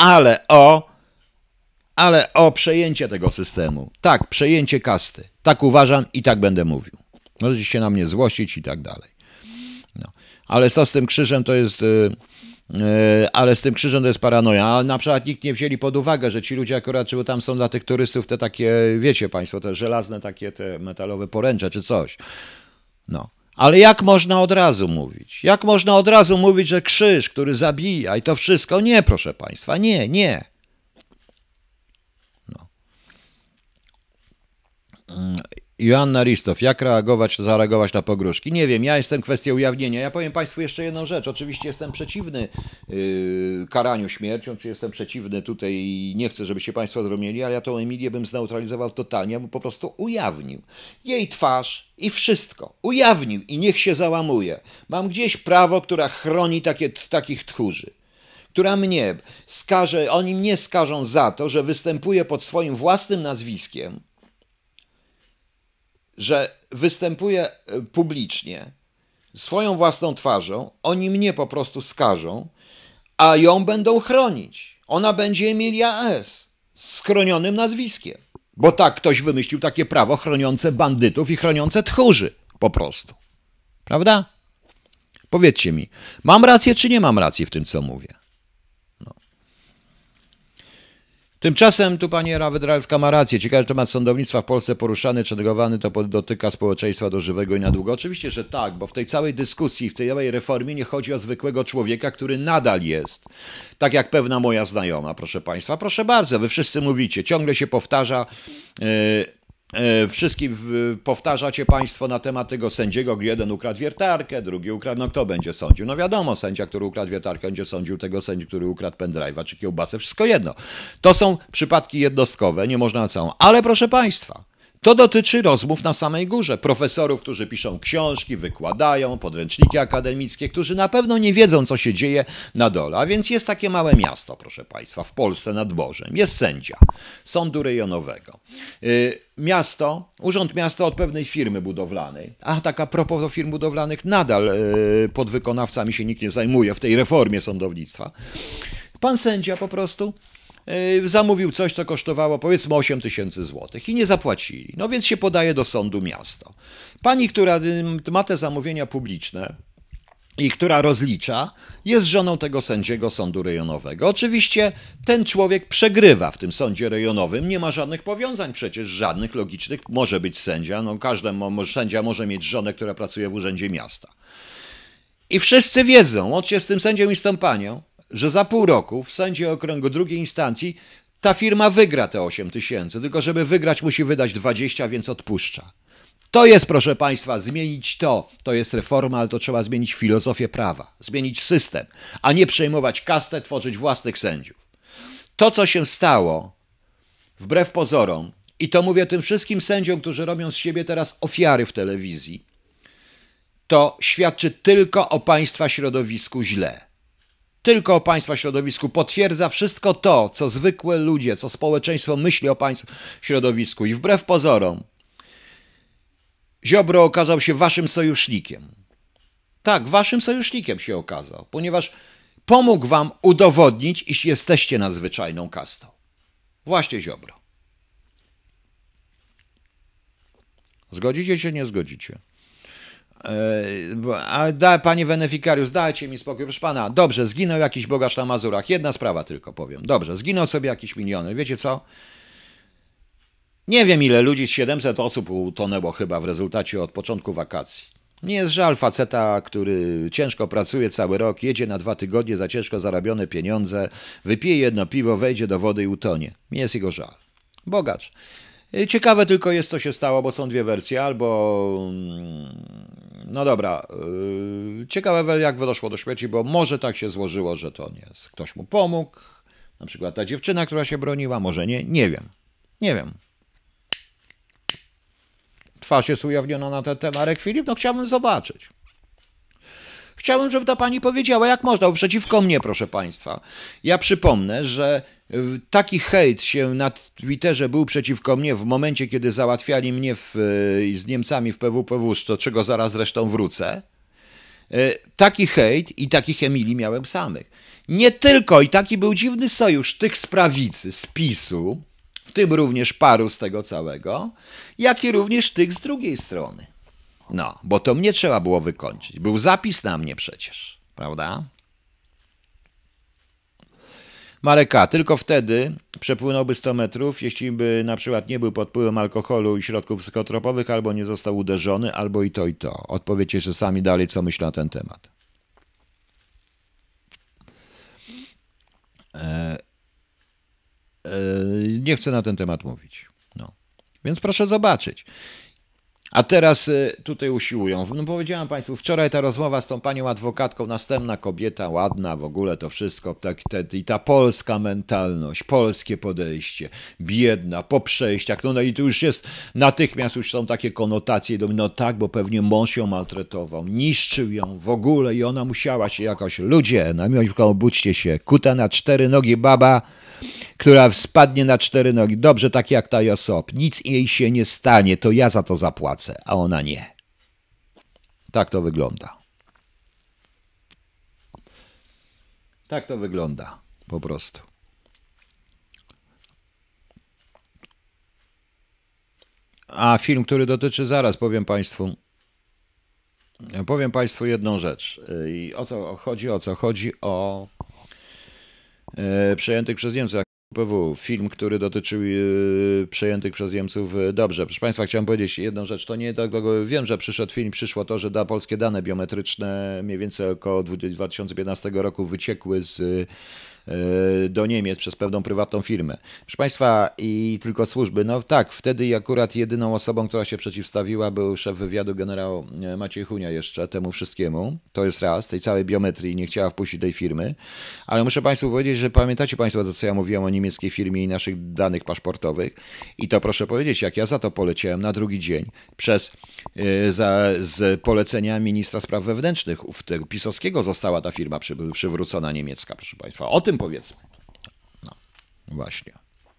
ale o przejęcie tego systemu. Tak, przejęcie kasty. Tak uważam i tak będę mówił. Możecie się na mnie złościć i tak dalej. No. Ale to z tym krzyżem to jest... Ale z tym krzyżem to jest paranoja. Ale na przykład nikt nie wzięli pod uwagę, że ci ludzie akurat, czy tam są dla tych turystów te takie, wiecie państwo, te żelazne takie, te metalowe poręcze czy coś. No. Ale jak można od razu mówić? Jak można od razu mówić, że krzyż, który zabija i to wszystko? Nie, proszę państwa, nie. No. Joanna Ristow, jak zareagować na pogróżki? Nie wiem, ja jestem kwestią ujawnienia. Ja powiem państwu jeszcze jedną rzecz. Oczywiście jestem przeciwny karaniu śmiercią, czy jestem przeciwny tutaj i nie chcę, żebyście państwo zrozumieli, ale ja tą Emilię bym zneutralizował totalnie, bo po prostu ujawnił. Jej twarz i wszystko. Ujawnił i niech się załamuje. Mam gdzieś prawo, która chroni takich tchórzy. Która mnie skaże, oni mnie skażą za to, że występuję pod swoim własnym nazwiskiem, że występuje publicznie swoją własną twarzą, oni mnie po prostu skażą, a ją będą chronić. Ona będzie Emilia S. z chronionym nazwiskiem. Bo tak ktoś wymyślił takie prawo chroniące bandytów i chroniące tchórzy. Po prostu. Prawda? Powiedzcie mi, mam rację czy nie mam racji w tym, co mówię? No. Tymczasem tu pani Ewa Wydralska ma rację. Ciekawy temat sądownictwa w Polsce poruszany czy negowany to dotyka społeczeństwa do żywego i na długo. Oczywiście, że tak, bo w tej całej dyskusji, w tej całej reformie nie chodzi o zwykłego człowieka, który nadal jest. Tak jak pewna moja znajoma, proszę państwa. Proszę bardzo, wy wszyscy mówicie, ciągle się powtarza Wszystkim powtarzacie państwo na temat tego sędziego, gdzie jeden ukradł wiertarkę, drugi ukradł, no kto będzie sądził? No wiadomo, sędzia, który ukradł wiertarkę, będzie sądził tego sędzi, który ukradł pendrive'a czy kiełbasę, wszystko jedno. To są przypadki jednostkowe, nie można na całą. Ale proszę państwa, to dotyczy rozmów na samej górze. Profesorów, którzy piszą książki, wykładają, podręczniki akademickie, którzy na pewno nie wiedzą, co się dzieje na dole. A więc jest takie małe miasto, proszę państwa, w Polsce nad Bożem. Jest sędzia sądu rejonowego. Urząd miasta od pewnej firmy budowlanej. A tak a propos do firm budowlanych, nadal podwykonawcami się nikt nie zajmuje w tej reformie sądownictwa. Pan sędzia po prostu zamówił coś, co kosztowało powiedzmy 8 000 złotych i nie zapłacili. No więc się podaje do sądu miasto. Pani, która ma te zamówienia publiczne i która rozlicza, jest żoną tego sędziego sądu rejonowego. Oczywiście ten człowiek przegrywa w tym sądzie rejonowym, nie ma żadnych powiązań przecież, żadnych logicznych. Może być sędzia, no sędzia może mieć żonę, która pracuje w urzędzie miasta. I wszyscy wiedzą, łącznie z tym sędzią i z tą panią, że za pół roku w sądzie okręgu drugiej instancji ta firma wygra te 8 000, tylko żeby wygrać musi wydać 20, więc odpuszcza. To jest, proszę państwa, zmienić to jest reforma, ale to trzeba zmienić filozofię prawa, zmienić system, a nie przejmować kastę, tworzyć własnych sędziów. To, co się stało, wbrew pozorom, i to mówię tym wszystkim sędziom, którzy robią z siebie teraz ofiary w telewizji, to świadczy tylko o państwa środowisku źle. Tylko o państwa środowisku potwierdza wszystko to, co zwykłe ludzie, co społeczeństwo myśli o państwa środowisku. I wbrew pozorom, Ziobro okazał się waszym sojusznikiem. Tak, waszym sojusznikiem się okazał, ponieważ pomógł wam udowodnić, iż jesteście nadzwyczajną kastą. Właśnie Ziobro. Zgodzicie się, nie zgodzicie? Panie beneficjariusz, dajcie mi spokój, proszę pana. Dobrze, zginął jakiś bogacz na Mazurach. Jedna sprawa tylko powiem. Dobrze, zginął sobie jakiś miliony. Wiecie co? Nie wiem ile ludzi, 700 osób utonęło chyba w rezultacie od początku wakacji. Nie jest żal faceta, który ciężko pracuje cały rok, jedzie na 2 tygodnie za ciężko zarabione pieniądze, wypije jedno piwo, wejdzie do wody i utonie. Mi jest jego żal. Bogacz. Ciekawe tylko jest, co się stało, bo są dwie wersje. Albo, no dobra, ciekawe jak doszło do śmierci, bo może tak się złożyło, że to nie jest. Ktoś mu pomógł, na przykład ta dziewczyna, która się broniła, może nie, nie wiem. Nie wiem. Twarz jest ujawniona na ten temat, Marek Filip, no chciałbym zobaczyć. Chciałbym, żeby ta pani powiedziała, jak można, bo przeciwko mnie, proszę państwa. Ja przypomnę, że taki hejt się na Twitterze był przeciwko mnie w momencie, kiedy załatwiali mnie z Niemcami w PWPW, do czego zaraz zresztą wrócę. Taki hejt i takich Emilii miałem samych. Nie tylko, i taki był dziwny sojusz tych z prawicy, z PiS-u, w tym również paru z tego całego, jak i również tych z drugiej strony. No, bo to mnie trzeba było wykończyć. Był zapis na mnie przecież, prawda? Marek A. Tylko wtedy przepłynąłby 100 metrów, jeśli by na przykład nie był pod wpływem alkoholu i środków psychotropowych, albo nie został uderzony, albo i to, i to. Odpowiedzcie sobie sami dalej, co myślę na ten temat. Nie chcę na ten temat mówić. No. Więc proszę zobaczyć. A teraz tutaj usiłują. No powiedziałem państwu, wczoraj ta rozmowa z tą panią adwokatką, następna kobieta, ładna w ogóle, to wszystko, i ta polska mentalność, polskie podejście, biedna, po przejściach, no i tu już jest, natychmiast już są takie konotacje, no tak, bo pewnie mąż ją maltretował, niszczył ją w ogóle i ona musiała się jakoś, ludzie, na miłość obudźcie się, kuta na 4 nogi baba, która spadnie na 4 nogi, dobrze tak jak ta Josop, nic jej się nie stanie, to ja za to zapłacę, a ona nie. Tak to wygląda. Tak to wygląda, po prostu. A film, który dotyczy, zaraz powiem Państwu jedną rzecz. I o co chodzi? Chodzi o przejętych przez Niemców. PW, film, który dotyczył przejętych przez Niemców. Dobrze, proszę Państwa, chciałem powiedzieć jedną rzecz. To nie tak długo wiem, że przyszło to, że polskie dane biometryczne mniej więcej około 2015 roku wyciekły z do Niemiec przez pewną prywatną firmę. Proszę Państwa, i tylko służby. No tak, wtedy akurat jedyną osobą, która się przeciwstawiła, był szef wywiadu generał Maciej Hunia jeszcze temu wszystkiemu. To jest raz, tej całej biometrii nie chciała wpuścić tej firmy. Ale muszę Państwu powiedzieć, że pamiętacie Państwo to, co ja mówiłem o niemieckiej firmie i naszych danych paszportowych. I to proszę powiedzieć, jak ja za to poleciałem na drugi dzień z polecenia ministra spraw wewnętrznych pisowskiego została ta firma przywrócona niemiecka, proszę Państwa. O tym powiedzmy. No, właśnie.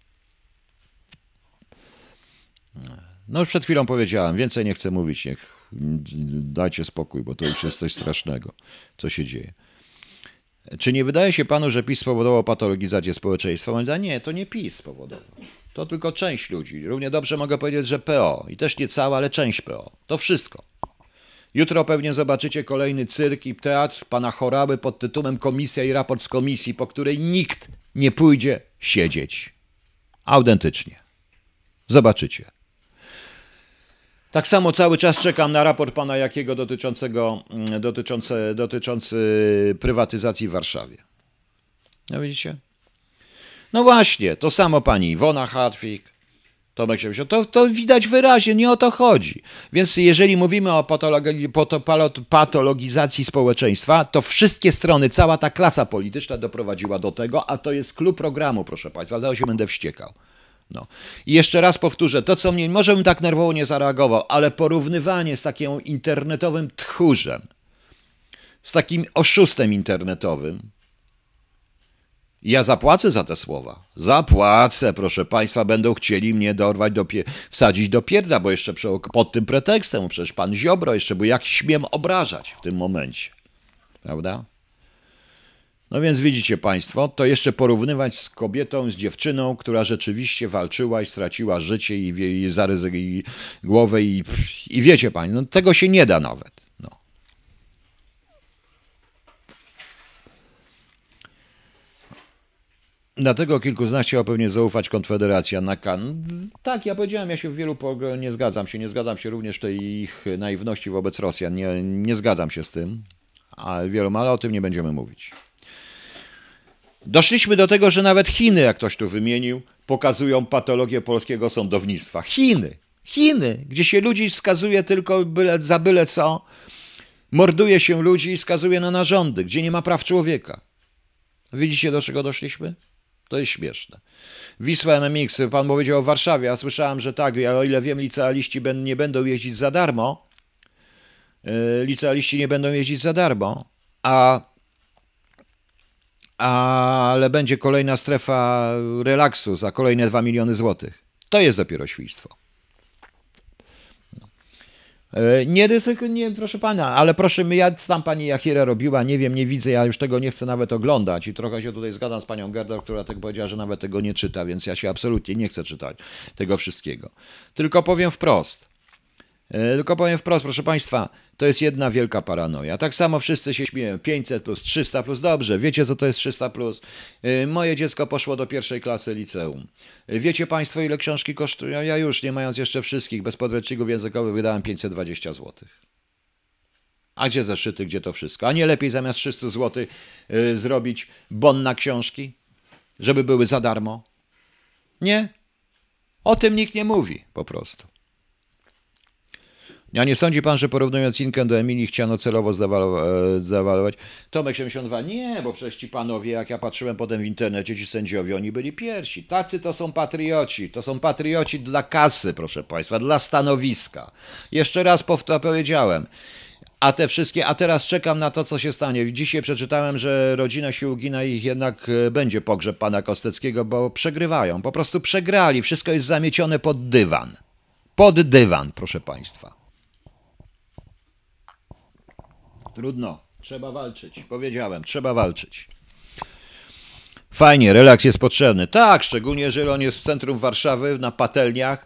No już przed chwilą powiedziałem, więcej nie chcę mówić, dajcie spokój, bo to już jest coś strasznego, co się dzieje. Czy nie wydaje się panu, że PiS spowodował patologizację społeczeństwa? Nie, to nie PiS spowodował. To tylko część ludzi. Równie dobrze mogę powiedzieć, że PO. I też nie cała, ale część PO. To wszystko. Jutro pewnie zobaczycie kolejny cyrk i teatr pana Chorały pod tytułem Komisja i raport z komisji, po której nikt nie pójdzie siedzieć. Autentycznie. Zobaczycie. Tak samo cały czas czekam na raport pana Jakiego dotyczący prywatyzacji w Warszawie. No widzicie? No właśnie, to samo pani Iwona Hartwig, Tomek się to widać wyraźnie, nie o to chodzi. Więc jeżeli mówimy o patologizacji społeczeństwa, to wszystkie strony, cała ta klasa polityczna doprowadziła do tego, a to jest clue programu, proszę Państwa, dlatego się będę wściekał. No. I jeszcze raz powtórzę, to co mnie, może bym tak nerwowo nie zareagował, ale porównywanie z takim internetowym tchórzem, z takim oszustem internetowym, ja zapłacę za te słowa. Zapłacę, proszę Państwa, będą chcieli mnie dorwać, wsadzić do pierdla, bo jeszcze pod tym pretekstem, przecież pan Ziobro jeszcze, bo jak śmiem obrażać w tym momencie. Prawda? No więc widzicie Państwo, to jeszcze porównywać z kobietą, z dziewczyną, która rzeczywiście walczyła i straciła życie i głowę i wiecie Pani, no tego się nie da nawet. No. Dlatego kilku z nas chciało pewnie zaufać Konfederacji. Tak, ja powiedziałem, ja się w wielu nie zgadzam się. Nie zgadzam się również w tej ich naiwności wobec Rosjan. Nie zgadzam się z tym, ale o tym nie będziemy mówić. Doszliśmy do tego, że nawet Chiny, jak ktoś tu wymienił, pokazują patologię polskiego sądownictwa. Chiny, gdzie się ludzi skazuje tylko za byle co, morduje się ludzi i skazuje na narządy, gdzie nie ma praw człowieka. Widzicie, do czego doszliśmy? To jest śmieszne. Wisła MMX, pan powiedział o Warszawie, ja słyszałem, że tak, o ile wiem, licealiści nie będą jeździć za darmo, ale będzie kolejna strefa relaksu za kolejne 2 miliony złotych. To jest dopiero świństwo. Nie ryzykuj, nie, proszę pana, ale proszę, ja tam pani Jachira robiła, nie wiem, nie widzę, ja już tego nie chcę nawet oglądać i trochę się tutaj zgadzam z panią Gerdau, która tak powiedziała, że nawet tego nie czyta, więc ja się absolutnie nie chcę czytać tego wszystkiego. Tylko powiem wprost, proszę państwa, to jest jedna wielka paranoja. Tak samo wszyscy się śmieją, 500 plus, 300 plus, dobrze, wiecie co to jest 300 plus? Moje dziecko poszło do 1. klasy liceum. Wiecie państwo, ile książki kosztują? Ja już, nie mając jeszcze wszystkich, bez podręczników językowych wydałem 520 zł. A gdzie zeszyty, gdzie to wszystko? A nie lepiej zamiast 300 zł zrobić bon na książki, żeby były za darmo? Nie? O tym nikt nie mówi, po prostu. A nie sądzi pan, że porównując Inkę do Emilii chciano celowo zawalować? Tomek 72, nie, bo przecież ci panowie, jak ja patrzyłem potem w internecie, ci sędziowie, oni byli pierwsi. Tacy to są patrioci dla kasy, proszę państwa, dla stanowiska. Jeszcze raz powiedziałem, a teraz czekam na to, co się stanie. Dzisiaj przeczytałem, że rodzina się ugina i jednak będzie pogrzeb pana Kosteckiego, bo przegrywają, po prostu przegrali, wszystko jest zamiecione pod dywan. Pod dywan, proszę państwa. Trudno, trzeba walczyć. Powiedziałem, trzeba walczyć. Fajnie, relaks jest potrzebny. Tak, szczególnie jeżeli on jest w centrum Warszawy, na patelniach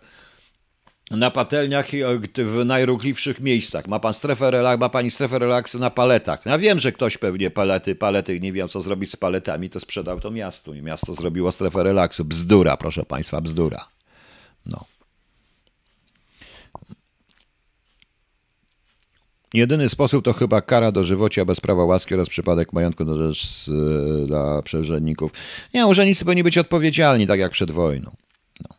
i w najruchliwszych miejscach. Ma pani strefę relaksu na paletach. Ja wiem, że ktoś pewnie palety nie wiem, co zrobić z paletami, to sprzedał to miastu i miasto zrobiło strefę relaksu. Bzdura, proszę państwa, bzdura. No. Jedyny sposób to chyba kara dożywocia bez prawa łaski oraz przypadek majątku na rzecz dla przerzędników. Nie, urzędnicy powinni być odpowiedzialni, tak jak przed wojną. No.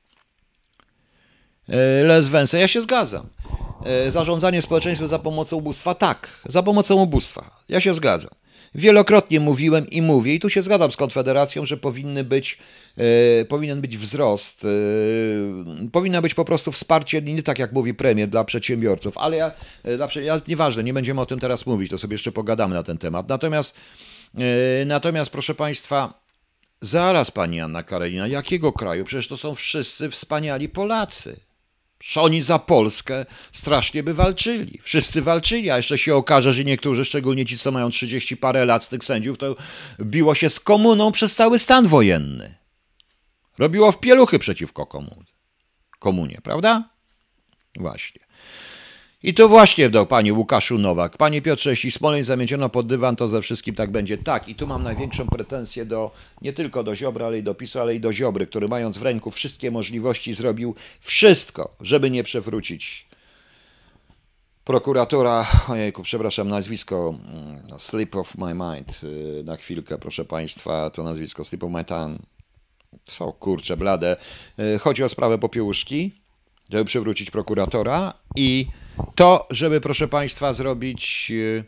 Les Węse, ja się zgadzam. Zarządzanie społeczeństwem za pomocą ubóstwa, tak, za pomocą ubóstwa. Ja się zgadzam. Wielokrotnie mówiłem i mówię, i tu się zgadzam z Konfederacją, że powinien być wzrost, powinno być po prostu wsparcie, nie tak jak mówi premier, dla przedsiębiorców, ale nieważne, nie będziemy o tym teraz mówić, to sobie jeszcze pogadamy na ten temat. Natomiast proszę Państwa, zaraz Pani Anna Karenina, jakiego kraju? Przecież to są wszyscy wspaniali Polacy. Oni za Polskę strasznie by walczyli. Wszyscy walczyli, a jeszcze się okaże, że niektórzy, szczególnie ci, co mają 30 parę lat z tych sędziów, to biło się z komuną przez cały stan wojenny. Robiło w pieluchy przeciwko komunie, prawda? Właśnie. I to właśnie do pani Łukaszu Nowak. Panie Piotrze, jeśli Smoleńsk zamieniono pod dywan, to ze wszystkim tak będzie. Tak, i tu mam największą pretensję nie tylko do Ziobry, ale i do PiS-u, ale i do Ziobry, który mając w ręku wszystkie możliwości zrobił wszystko, żeby nie przewrócić prokuratora, ojejku, przepraszam, nazwisko slip of my mind, na chwilkę, proszę państwa, to nazwisko slip of my tongue. Co, kurczę, blade. Chodzi o sprawę Popiełuszki, żeby przywrócić prokuratora i to, żeby, proszę Państwa, zrobić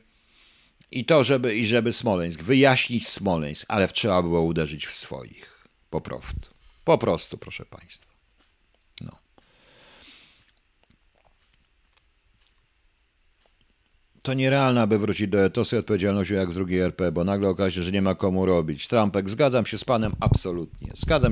żeby Smoleńsk, wyjaśnić Smoleńsk, ale trzeba było uderzyć w swoich. Po prostu, proszę Państwa. No. To nierealne, aby wrócić do etosu i odpowiedzialności jak w drugiej RP, bo nagle okaże się, że nie ma komu robić. Trumpek, zgadzam się z Panem absolutnie.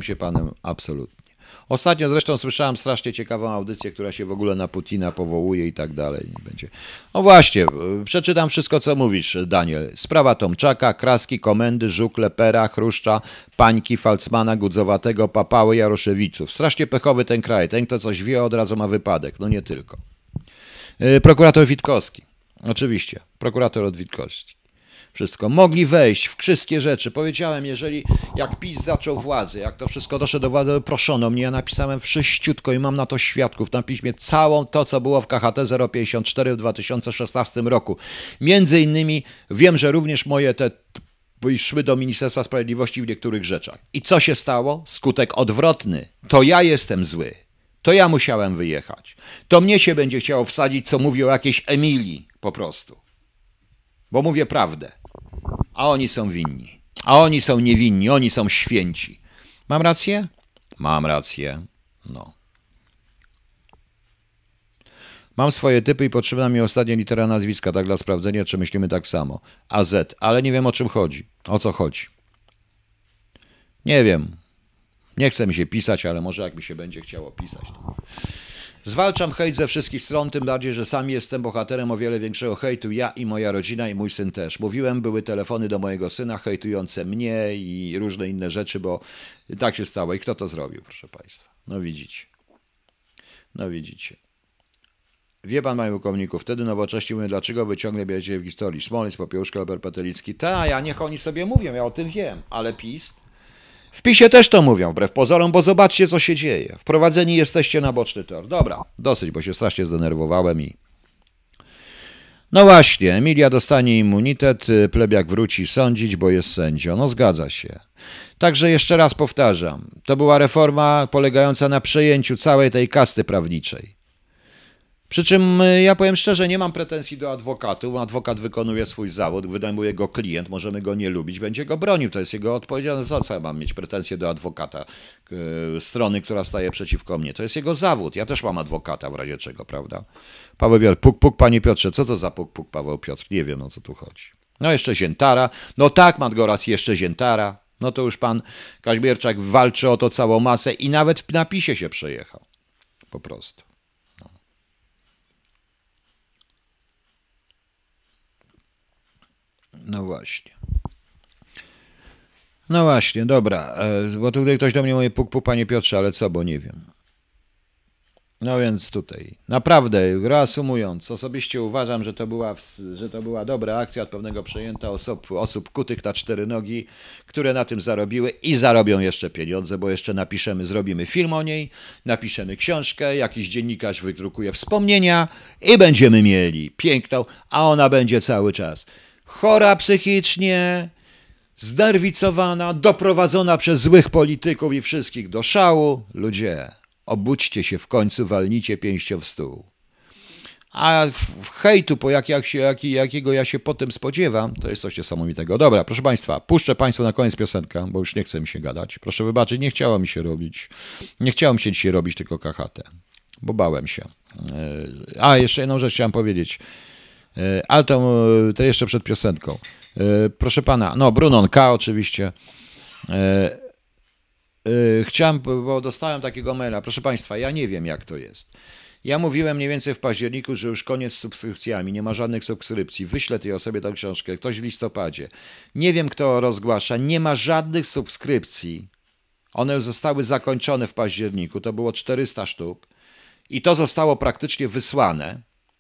Ostatnio zresztą słyszałem strasznie ciekawą audycję, która się w ogóle na Putina powołuje i tak dalej. Nie będzie. No właśnie, przeczytam wszystko, co mówisz, Daniel. Sprawa Tomczaka, Kraski, Komendy, Żuk, Lepera, Chruszcza, Pańki, Falcmana, Gudzowatego, Papały, Jaroszewiców. Strasznie pechowy ten kraj. Ten, kto coś wie, od razu ma wypadek. No nie tylko. Prokurator Witkowski. Oczywiście, prokurator od Witkowski. Wszystko. Mogli wejść w wszystkie rzeczy. Powiedziałem, jak PiS zaczął władzę, jak to wszystko doszło do władzy, proszono mnie, ja napisałem wszyściutko i mam na to świadków na piśmie całą to, co było w KHT 054 w 2016 roku. Między innymi wiem, że również moje szły do Ministerstwa Sprawiedliwości w niektórych rzeczach. I co się stało? Skutek odwrotny. To ja jestem zły. To ja musiałem wyjechać. To mnie się będzie chciało wsadzić, co mówi o jakiejś Emilii po prostu. Bo mówię prawdę. A oni są winni. A oni są niewinni. Oni są święci. Mam rację? Mam rację. No. Mam swoje typy i potrzebna mi ostatnia litera nazwiska, tak dla sprawdzenia, czy myślimy tak samo. AZ, ale nie wiem, o czym chodzi. O co chodzi? Nie wiem. Nie chce mi się pisać, ale może jak mi się będzie chciało pisać. To... Zwalczam hejt ze wszystkich stron, tym bardziej, że sam jestem bohaterem o wiele większego hejtu. Ja i moja rodzina i mój syn też. Mówiłem, były telefony do mojego syna hejtujące mnie i różne inne rzeczy, bo tak się stało. I kto to zrobił, proszę Państwa? No widzicie. No widzicie. Wie pan, panie pułkowniku, wtedy nowocześnie mówię, dlaczego wy ciągle bierzecie w historii Smoleńsk, Popiełuszka, Albert Patelicki. Ja niech oni sobie mówią, ja o tym wiem, ale PiS... W PiSie też to mówią, wbrew pozorom, bo zobaczcie, co się dzieje. Wprowadzeni jesteście na boczny tor. Dobra, dosyć, bo się strasznie zdenerwowałem i... No właśnie, Emilia dostanie immunitet, plebiak wróci sądzić, bo jest sędzią. No zgadza się. Także jeszcze raz powtarzam, to była reforma polegająca na przejęciu całej tej kasty prawniczej. Przy czym ja powiem szczerze, nie mam pretensji do adwokatu. Adwokat wykonuje swój zawód, wynajmuje go klient, możemy go nie lubić, będzie go bronił, to jest jego odpowiedzialność. Za co ja mam mieć pretensje do adwokata strony, która staje przeciwko mnie? To jest jego zawód, ja też mam adwokata w razie czego, prawda? Paweł Piotr, puk, panie Piotrze, co to za puk, Paweł Piotr? Nie wiem, o co tu chodzi. No jeszcze Ziętara, no tak, Madgoras, jeszcze Ziętara, no to już pan Kaźmierczak walczy o to całą masę i nawet w napisie się przejechał, po prostu. No właśnie. No właśnie, dobra, bo tutaj ktoś do mnie mówi puk, panie Piotrze, ale co, bo nie wiem. No więc tutaj, naprawdę, reasumując, osobiście uważam, że to była dobra akcja od pewnego przejęta osób kutych na cztery nogi, które na tym zarobiły i zarobią jeszcze pieniądze, bo jeszcze zrobimy film o niej, napiszemy książkę, jakiś dziennikarz wydrukuje wspomnienia i będziemy mieli piękną, a ona będzie cały czas chora psychicznie, znerwicowana, doprowadzona przez złych polityków i wszystkich do szału. Ludzie, obudźcie się w końcu, walnijcie pięścią w stół. A hejtu, jakiego ja się potem spodziewam, to jest coś niesamowitego. Dobra, proszę Państwa, puszczę Państwu na koniec piosenkę, bo już nie chce mi się gadać. Proszę wybaczyć, nie chciało mi się robić. Nie chciałem się dzisiaj robić tylko kachatę, bo bałem się. A, jeszcze jedną rzecz chciałem powiedzieć. Ale to jeszcze przed piosenką. Proszę pana, no Brunon K. oczywiście. Chciałem, bo dostałem takiego maila. Proszę państwa, ja nie wiem jak to jest. Ja mówiłem mniej więcej w październiku, że już koniec z subskrypcjami, nie ma żadnych subskrypcji. Wyślę tej osobie tę książkę, ktoś w listopadzie. Nie wiem kto rozgłasza, nie ma żadnych subskrypcji. One już zostały zakończone w październiku, to było 400 sztuk i to zostało praktycznie wysłane.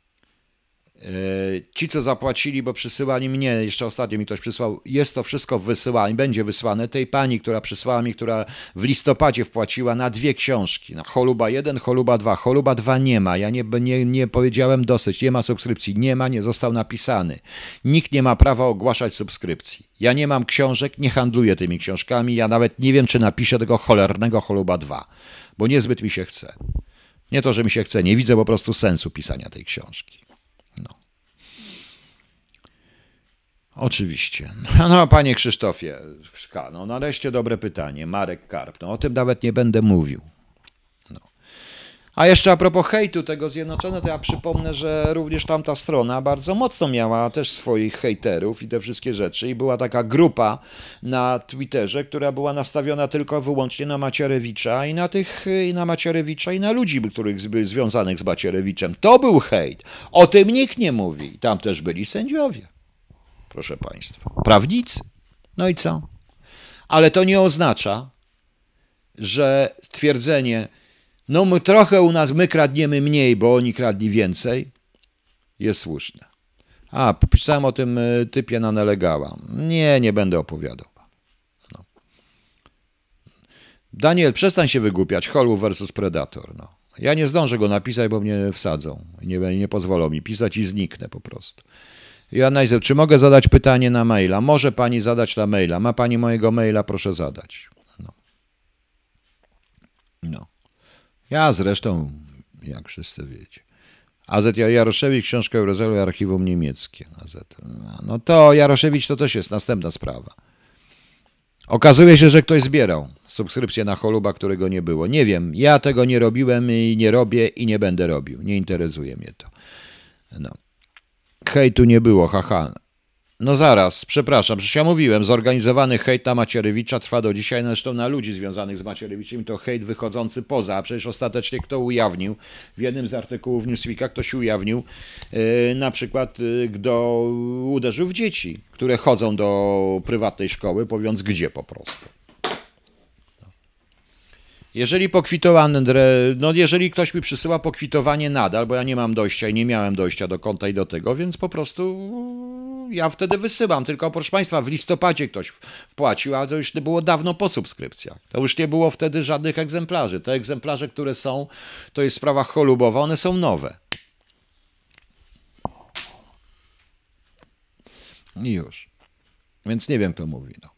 Ci, co zapłacili, bo przysyłali mnie, jeszcze ostatnio mi ktoś przysłał, jest to wszystko wysyłane, będzie wysłane tej pani, która przysłała mi, która w listopadzie wpłaciła na 2 książki, na Choluba 1, Choluba 2. Choluba 2 nie ma, ja nie powiedziałem dosyć, nie ma subskrypcji, nie został napisany. Nikt nie ma prawa ogłaszać subskrypcji. Ja nie mam książek, nie handluję tymi książkami, ja nawet nie wiem, czy napiszę tego cholernego Choluba 2, bo niezbyt mi się chce. Nie to, że mi się chce, nie widzę po prostu sensu pisania tej książki. No. Oczywiście. No, panie Krzysztofie, no nareszcie dobre pytanie. Marek Karp, no o tym nawet nie będę mówił. No. A jeszcze a propos hejtu tego Zjednoczone, to ja przypomnę, że również tamta strona bardzo mocno miała też swoich hejterów i te wszystkie rzeczy. I była taka grupa na Twitterze, która była nastawiona tylko wyłącznie na Macierewicza i na ludzi, których byli związanych z Macierewiczem. To był hejt. O tym nikt nie mówi. Tam też byli sędziowie. Proszę państwa. Prawnicy. No i co? Ale to nie oznacza, że twierdzenie no my trochę u nas, my kradniemy mniej, bo oni kradli więcej, jest słuszne. A, pisałem o tym typie na Nelegała. Nie będę opowiadał. No. Daniel, przestań się wygłupiać. Holub versus Predator. No. Ja nie zdążę go napisać, bo mnie wsadzą. Nie pozwolą mi pisać i zniknę po prostu. Joanna, czy mogę zadać pytanie na maila? Może pani zadać na maila. Ma pani mojego maila? Proszę zadać. No. Ja zresztą, jak wszyscy wiecie. AZ Jaroszewicz, książka Eurozelu, archiwum niemieckie. AZ. No to Jaroszewicz to też jest następna sprawa. Okazuje się, że ktoś zbierał subskrypcję na Choluba, którego nie było. Nie wiem, ja tego nie robiłem i nie robię i nie będę robił. Nie interesuje mnie to. No. Hejtu nie było, haha. No zaraz, przepraszam, przecież ja mówiłem, zorganizowany hejt na Macierewicza trwa do dzisiaj, zresztą na ludzi związanych z Macierewiczem, to hejt wychodzący poza, a przecież ostatecznie kto ujawnił, w jednym z artykułów Newsweeka ktoś ujawnił, na przykład kto uderzył w dzieci, które chodzą do prywatnej szkoły, mówiąc gdzie po prostu. Jeżeli ktoś mi przysyła pokwitowanie nadal, bo ja nie mam dojścia i nie miałem dojścia do konta i do tego, więc po prostu ja wtedy wysyłam. Tylko proszę państwa, w listopadzie ktoś wpłacił, a to już było dawno po subskrypcjach. To już nie było wtedy żadnych egzemplarzy. Te egzemplarze, które są, to jest sprawa cholubowa, one są nowe. I już. Więc nie wiem, kto mówi, no.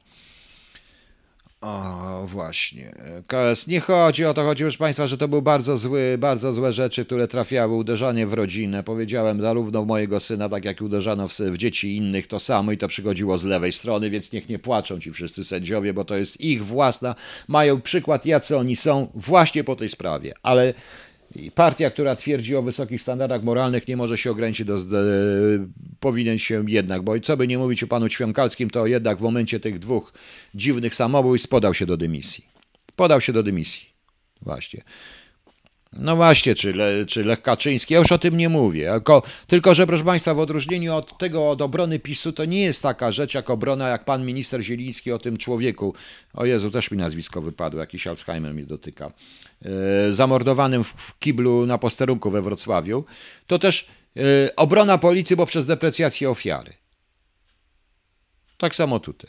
O, właśnie. KS, nie chodzi o to, chodzi, proszę państwa, że to były bardzo złe rzeczy, które trafiały, uderzanie w rodzinę. Powiedziałem, zarówno w mojego syna, tak jak uderzano w dzieci innych, to samo i to przychodziło z lewej strony, więc niech nie płaczą ci wszyscy sędziowie, bo to jest ich własna, mają przykład, jacy oni są właśnie po tej sprawie. Ale partia, która twierdzi o wysokich standardach moralnych, nie może się ograniczyć powinien się jednak, bo co by nie mówić o panu Ćwiąkalskim, to jednak w momencie tych 2 dziwnych samobójstw podał się do dymisji. Właśnie. No właśnie, czy Lech Kaczyński, ja już o tym nie mówię. Tylko, że proszę Państwa, w odróżnieniu od obrony PiS-u, to nie jest taka rzecz jak obrona, jak pan minister Zieliński o tym człowieku. O Jezu, też mi nazwisko wypadło, jakiś Alzheimer mnie dotyka. Zamordowanym w kiblu na posterunku we Wrocławiu. To też obrona policji, bo przez deprecjację ofiary. Tak samo tutaj.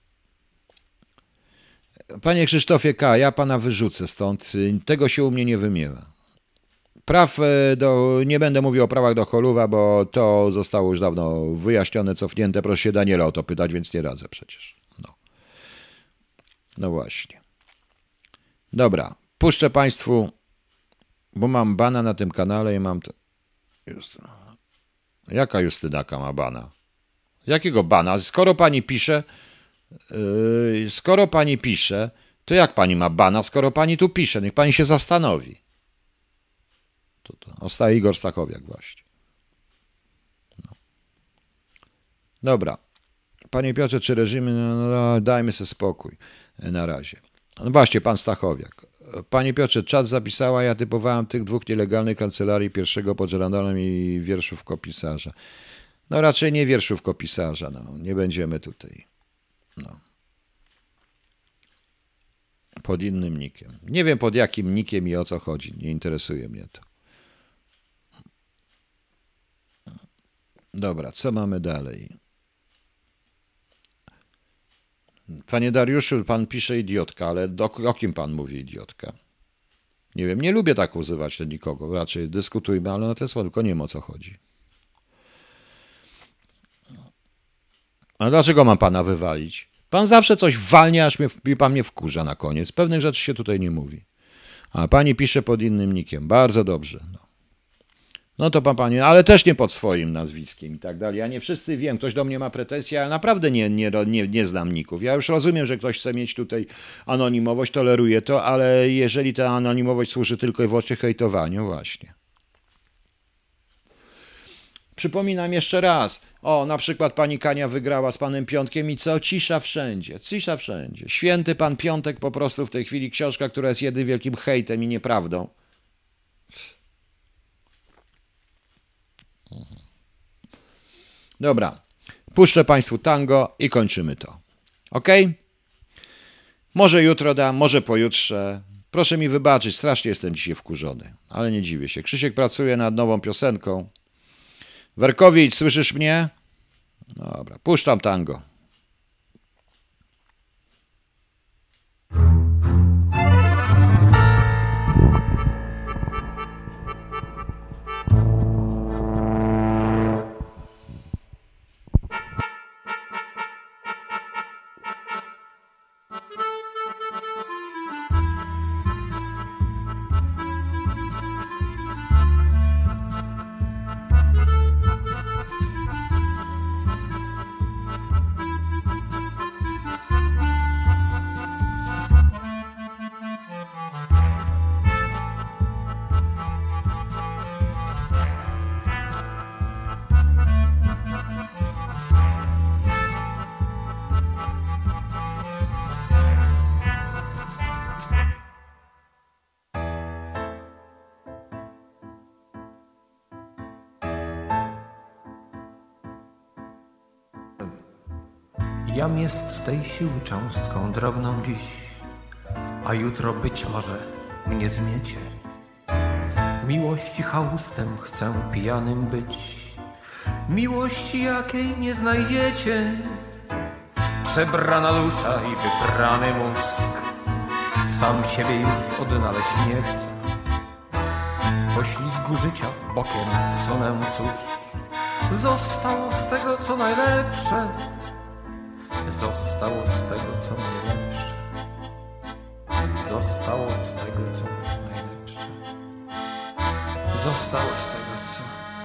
Panie Krzysztofie K., ja pana wyrzucę stąd. Tego się u mnie nie wymiewa. Nie będę mówił o prawach do Choluba, bo to zostało już dawno wyjaśnione, cofnięte. Proszę się Daniela o to pytać, więc nie radzę przecież. No właśnie. Dobra, puszczę Państwu, bo mam bana na tym kanale i mam to... Jaka Justynaka ma bana? Jakiego bana? Skoro pani pisze, to jak pani ma bana, skoro pani tu pisze? Niech pani się zastanowi. Ostaje Igor Stachowiak właśnie. No. Dobra. Panie Piotrze, czy reżimy... No, dajmy sobie spokój na razie. No właśnie, pan Stachowiak. Panie Piotrze, czat zapisała, ja typowałem tych dwóch nielegalnych kancelarii, pierwszego pod żeranolem i wierszówkopisarza. No raczej nie wierszówkopisarza, no. Nie będziemy tutaj. No. Pod innym nikiem. Nie wiem pod jakim nikiem i o co chodzi. Nie interesuje mnie to. Dobra, co mamy dalej? Panie Dariuszu, pan pisze idiotka, ale o kim pan mówi idiotka? Nie wiem, nie lubię tak używać nikogo. Raczej dyskutujmy, ale na ten sposób tylko nie wiem o co chodzi. A dlaczego mam pana wywalić? Pan zawsze coś walnie, aż pan mnie wkurza na koniec. Pewnych rzeczy się tutaj nie mówi. A pani pisze pod innym nikiem. Bardzo dobrze. No to pani, ale też nie pod swoim nazwiskiem i tak dalej. Ja nie wszyscy wiem, ktoś do mnie ma pretensje, ja naprawdę nie znam ników. Ja już rozumiem, że ktoś chce mieć tutaj anonimowość, toleruję to, ale jeżeli ta anonimowość służy tylko i wyłącznie hejtowaniu, właśnie. Przypominam jeszcze raz, na przykład pani Kania wygrała z panem Piątkiem i co? Cisza wszędzie, cisza wszędzie. Święty pan Piątek po prostu w tej chwili książka, która jest jedynym wielkim hejtem i nieprawdą. Dobra, puszczę Państwu tango i kończymy to. Ok? Może jutro dam, może pojutrze. Proszę mi wybaczyć, strasznie jestem dzisiaj wkurzony, ale nie dziwię się. Krzysiek pracuje nad nową piosenką. Werkowicz, słyszysz mnie? Dobra, puszczam tango. Jam jest tej siły cząstką drobną dziś, a jutro być może mnie zmiecie. Miłości chałustem chcę pijanym być, miłości jakiej nie znajdziecie. Przebrana dusza i wybrany mózg, sam siebie już odnaleźć nie chcę. W poślizgu życia bokiem sunę, cóż zostało z tego co najlepsze. Zostało z tego co najlepsze. Zostało z tego co najlepsze. Zostało z tego co...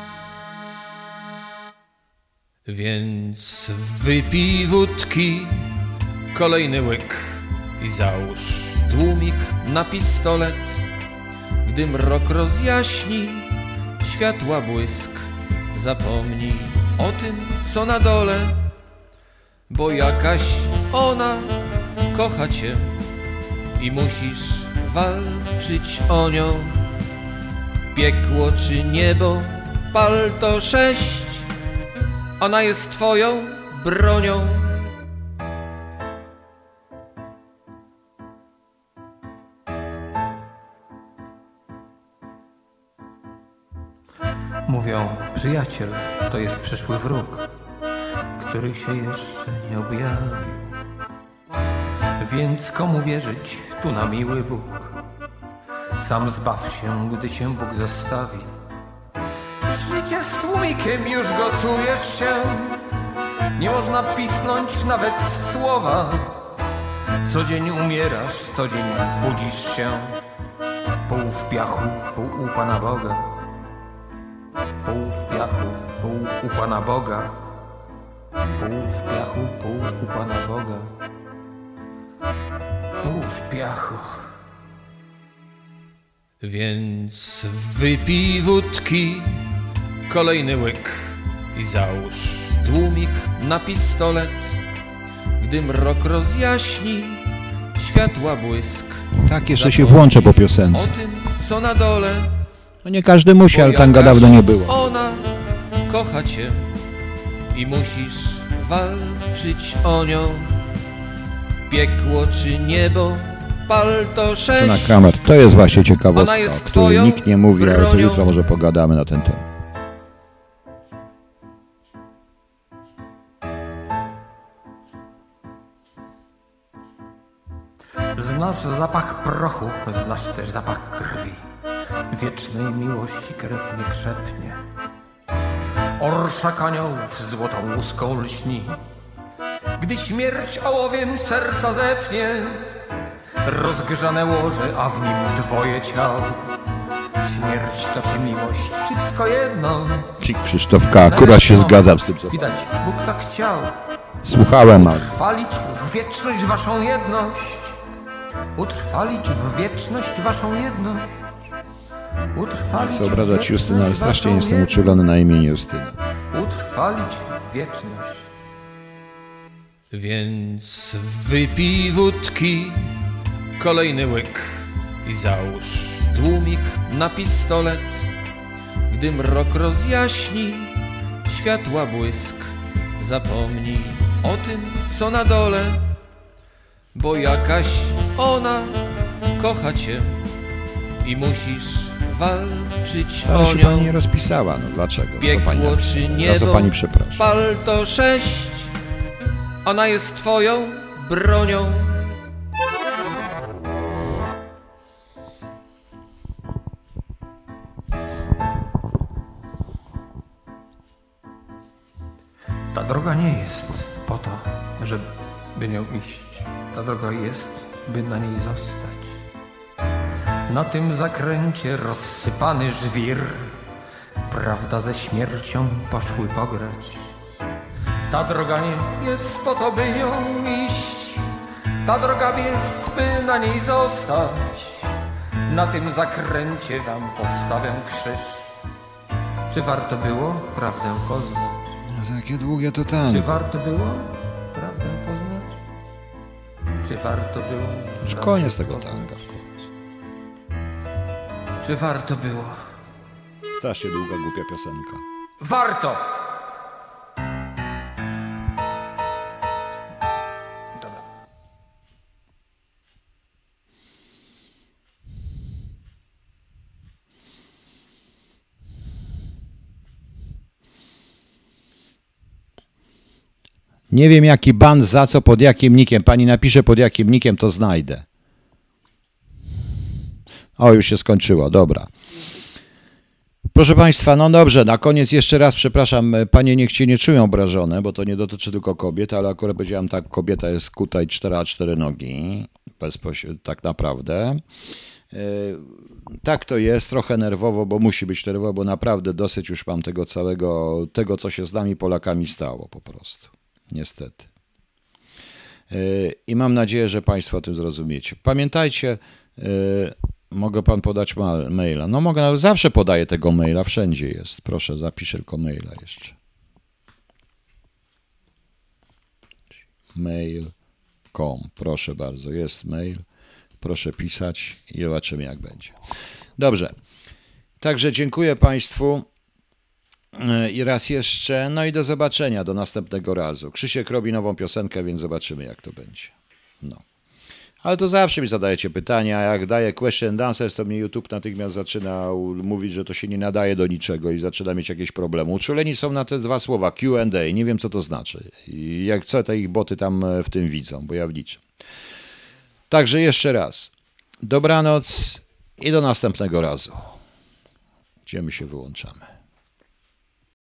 Więc wypij wódki, kolejny łyk i załóż tłumik na pistolet. Gdy mrok rozjaśni światła błysk, zapomnij o tym co na dole. Bo jakaś ona kocha cię i musisz walczyć o nią. Piekło czy niebo, pal to 6. Ona jest twoją bronią. Mówią, przyjaciel to jest przyszły wróg, który się jeszcze nie objawił. Więc komu wierzyć tu na miły Bóg? Sam zbaw się, gdy się Bóg zostawi. Życie z tłumikiem już gotujesz się. Nie można pisnąć nawet słowa. Co dzień umierasz, co dzień budzisz się. Pół w piachu, pół u Pana Boga. Pół w piachu, pół u Pana Boga. Pół w piachu, pół u Pana Boga. Pół w piachu. Więc wypij wódki, kolejny łyk i załóż tłumik na pistolet. Gdy mrok rozjaśni światła błysk. Tak, jeszcze się włączę po piosence. O tym, co na dole. No nie każdy musi, ale tanga dawno nie było. Ona kocha cię i musisz walczyć o nią. Piekło czy niebo, pal to 6. Na Kramer, to jest właśnie ciekawostka, Ona jest o której twoją nikt nie mówi, ale to bronią. jutro może pogadamy na ten temat. Znasz zapach prochu, znasz też zapach krwi. Wiecznej miłości krew nie krzepnie. Orszak aniołów złotą łuską lśni. Gdy śmierć ołowiem serca zepnie, rozgrzane łoże, a w nim dwoje ciał. Śmierć to czy miłość, wszystko jedno. Ci Krzysztofka, akurat się zgadzam z tym, co Widać, Bóg tak chciał. słuchałem, ale Utrwalić w wieczność waszą jedność. Utrwalić w wieczność waszą jedność. Utrwalić chcę obrażać w Justynę, ale wieczność strasznie nie waszą jestem jedność. uczulony na imieniu Justyny. Utrwalić w wieczność. Więc wypij wódki, kolejny łyk i załóż tłumik na pistolet. Gdy mrok rozjaśni światła błysk, zapomnij o tym, co na dole, bo jakaś ona kocha cię i musisz walczyć Ale o się nią. pani nie rozpisała, no dlaczego? Co pani Piekło napisała? czy Za co niebo, pani przepraszam? pal to 6. Ona jest twoją bronią. Ta droga nie jest po to, żeby nią iść. Ta droga jest, by na niej zostać. Na tym zakręcie rozsypany żwir, prawda ze śmiercią poszły pograć. Ta droga nie jest po to, by nią iść. Ta droga jest, by na niej zostać. Na tym zakręcie wam postawię krzyż. Czy warto było prawdę poznać? Jakie długie to Czy tango. warto było prawdę poznać? Czy warto było? Już prawdę koniec tego poznać? tanga w końcu. Czy warto było? Strasznie długa, głupia piosenka. Warto! Dobra. Nie wiem jaki ban, za co, pod jakim nikiem. Pani napisze pod jakim nikiem, to znajdę. O, już się skończyło, dobra. Proszę Państwa, no dobrze, na koniec jeszcze raz przepraszam, panie niech się nie czują obrażone, bo to nie dotyczy tylko kobiet, ale akurat powiedziałem tak, kobieta jest kuta i 4 nogi, tak naprawdę. Tak to jest, trochę nerwowo, bo musi być nerwowo, bo naprawdę dosyć już mam tego całego, tego co się z nami Polakami stało po prostu, niestety. I mam nadzieję, że Państwo o tym zrozumiecie. Pamiętajcie, mogę Pan podać maila. No mogę, zawsze podaję tego maila, wszędzie jest. Proszę, zapiszę tylko maila jeszcze. Mail.com, proszę bardzo, jest mail. Proszę pisać i zobaczymy jak będzie. Dobrze. Także dziękuję Państwu i raz jeszcze, no i do zobaczenia, do następnego razu. Krzysiek robi nową piosenkę, więc zobaczymy, jak to będzie. No. Ale to zawsze mi zadajecie pytania, jak daję question and answers, to mnie YouTube natychmiast zaczyna mówić, że to się nie nadaje do niczego i zaczyna mieć jakieś problemy. Uczuleni są na te dwa słowa, Q&A, nie wiem co to znaczy. I jak co te ich boty tam w tym widzą, bo ja w niczym. Także jeszcze raz, dobranoc i do następnego razu. Gdzie my się wyłączamy?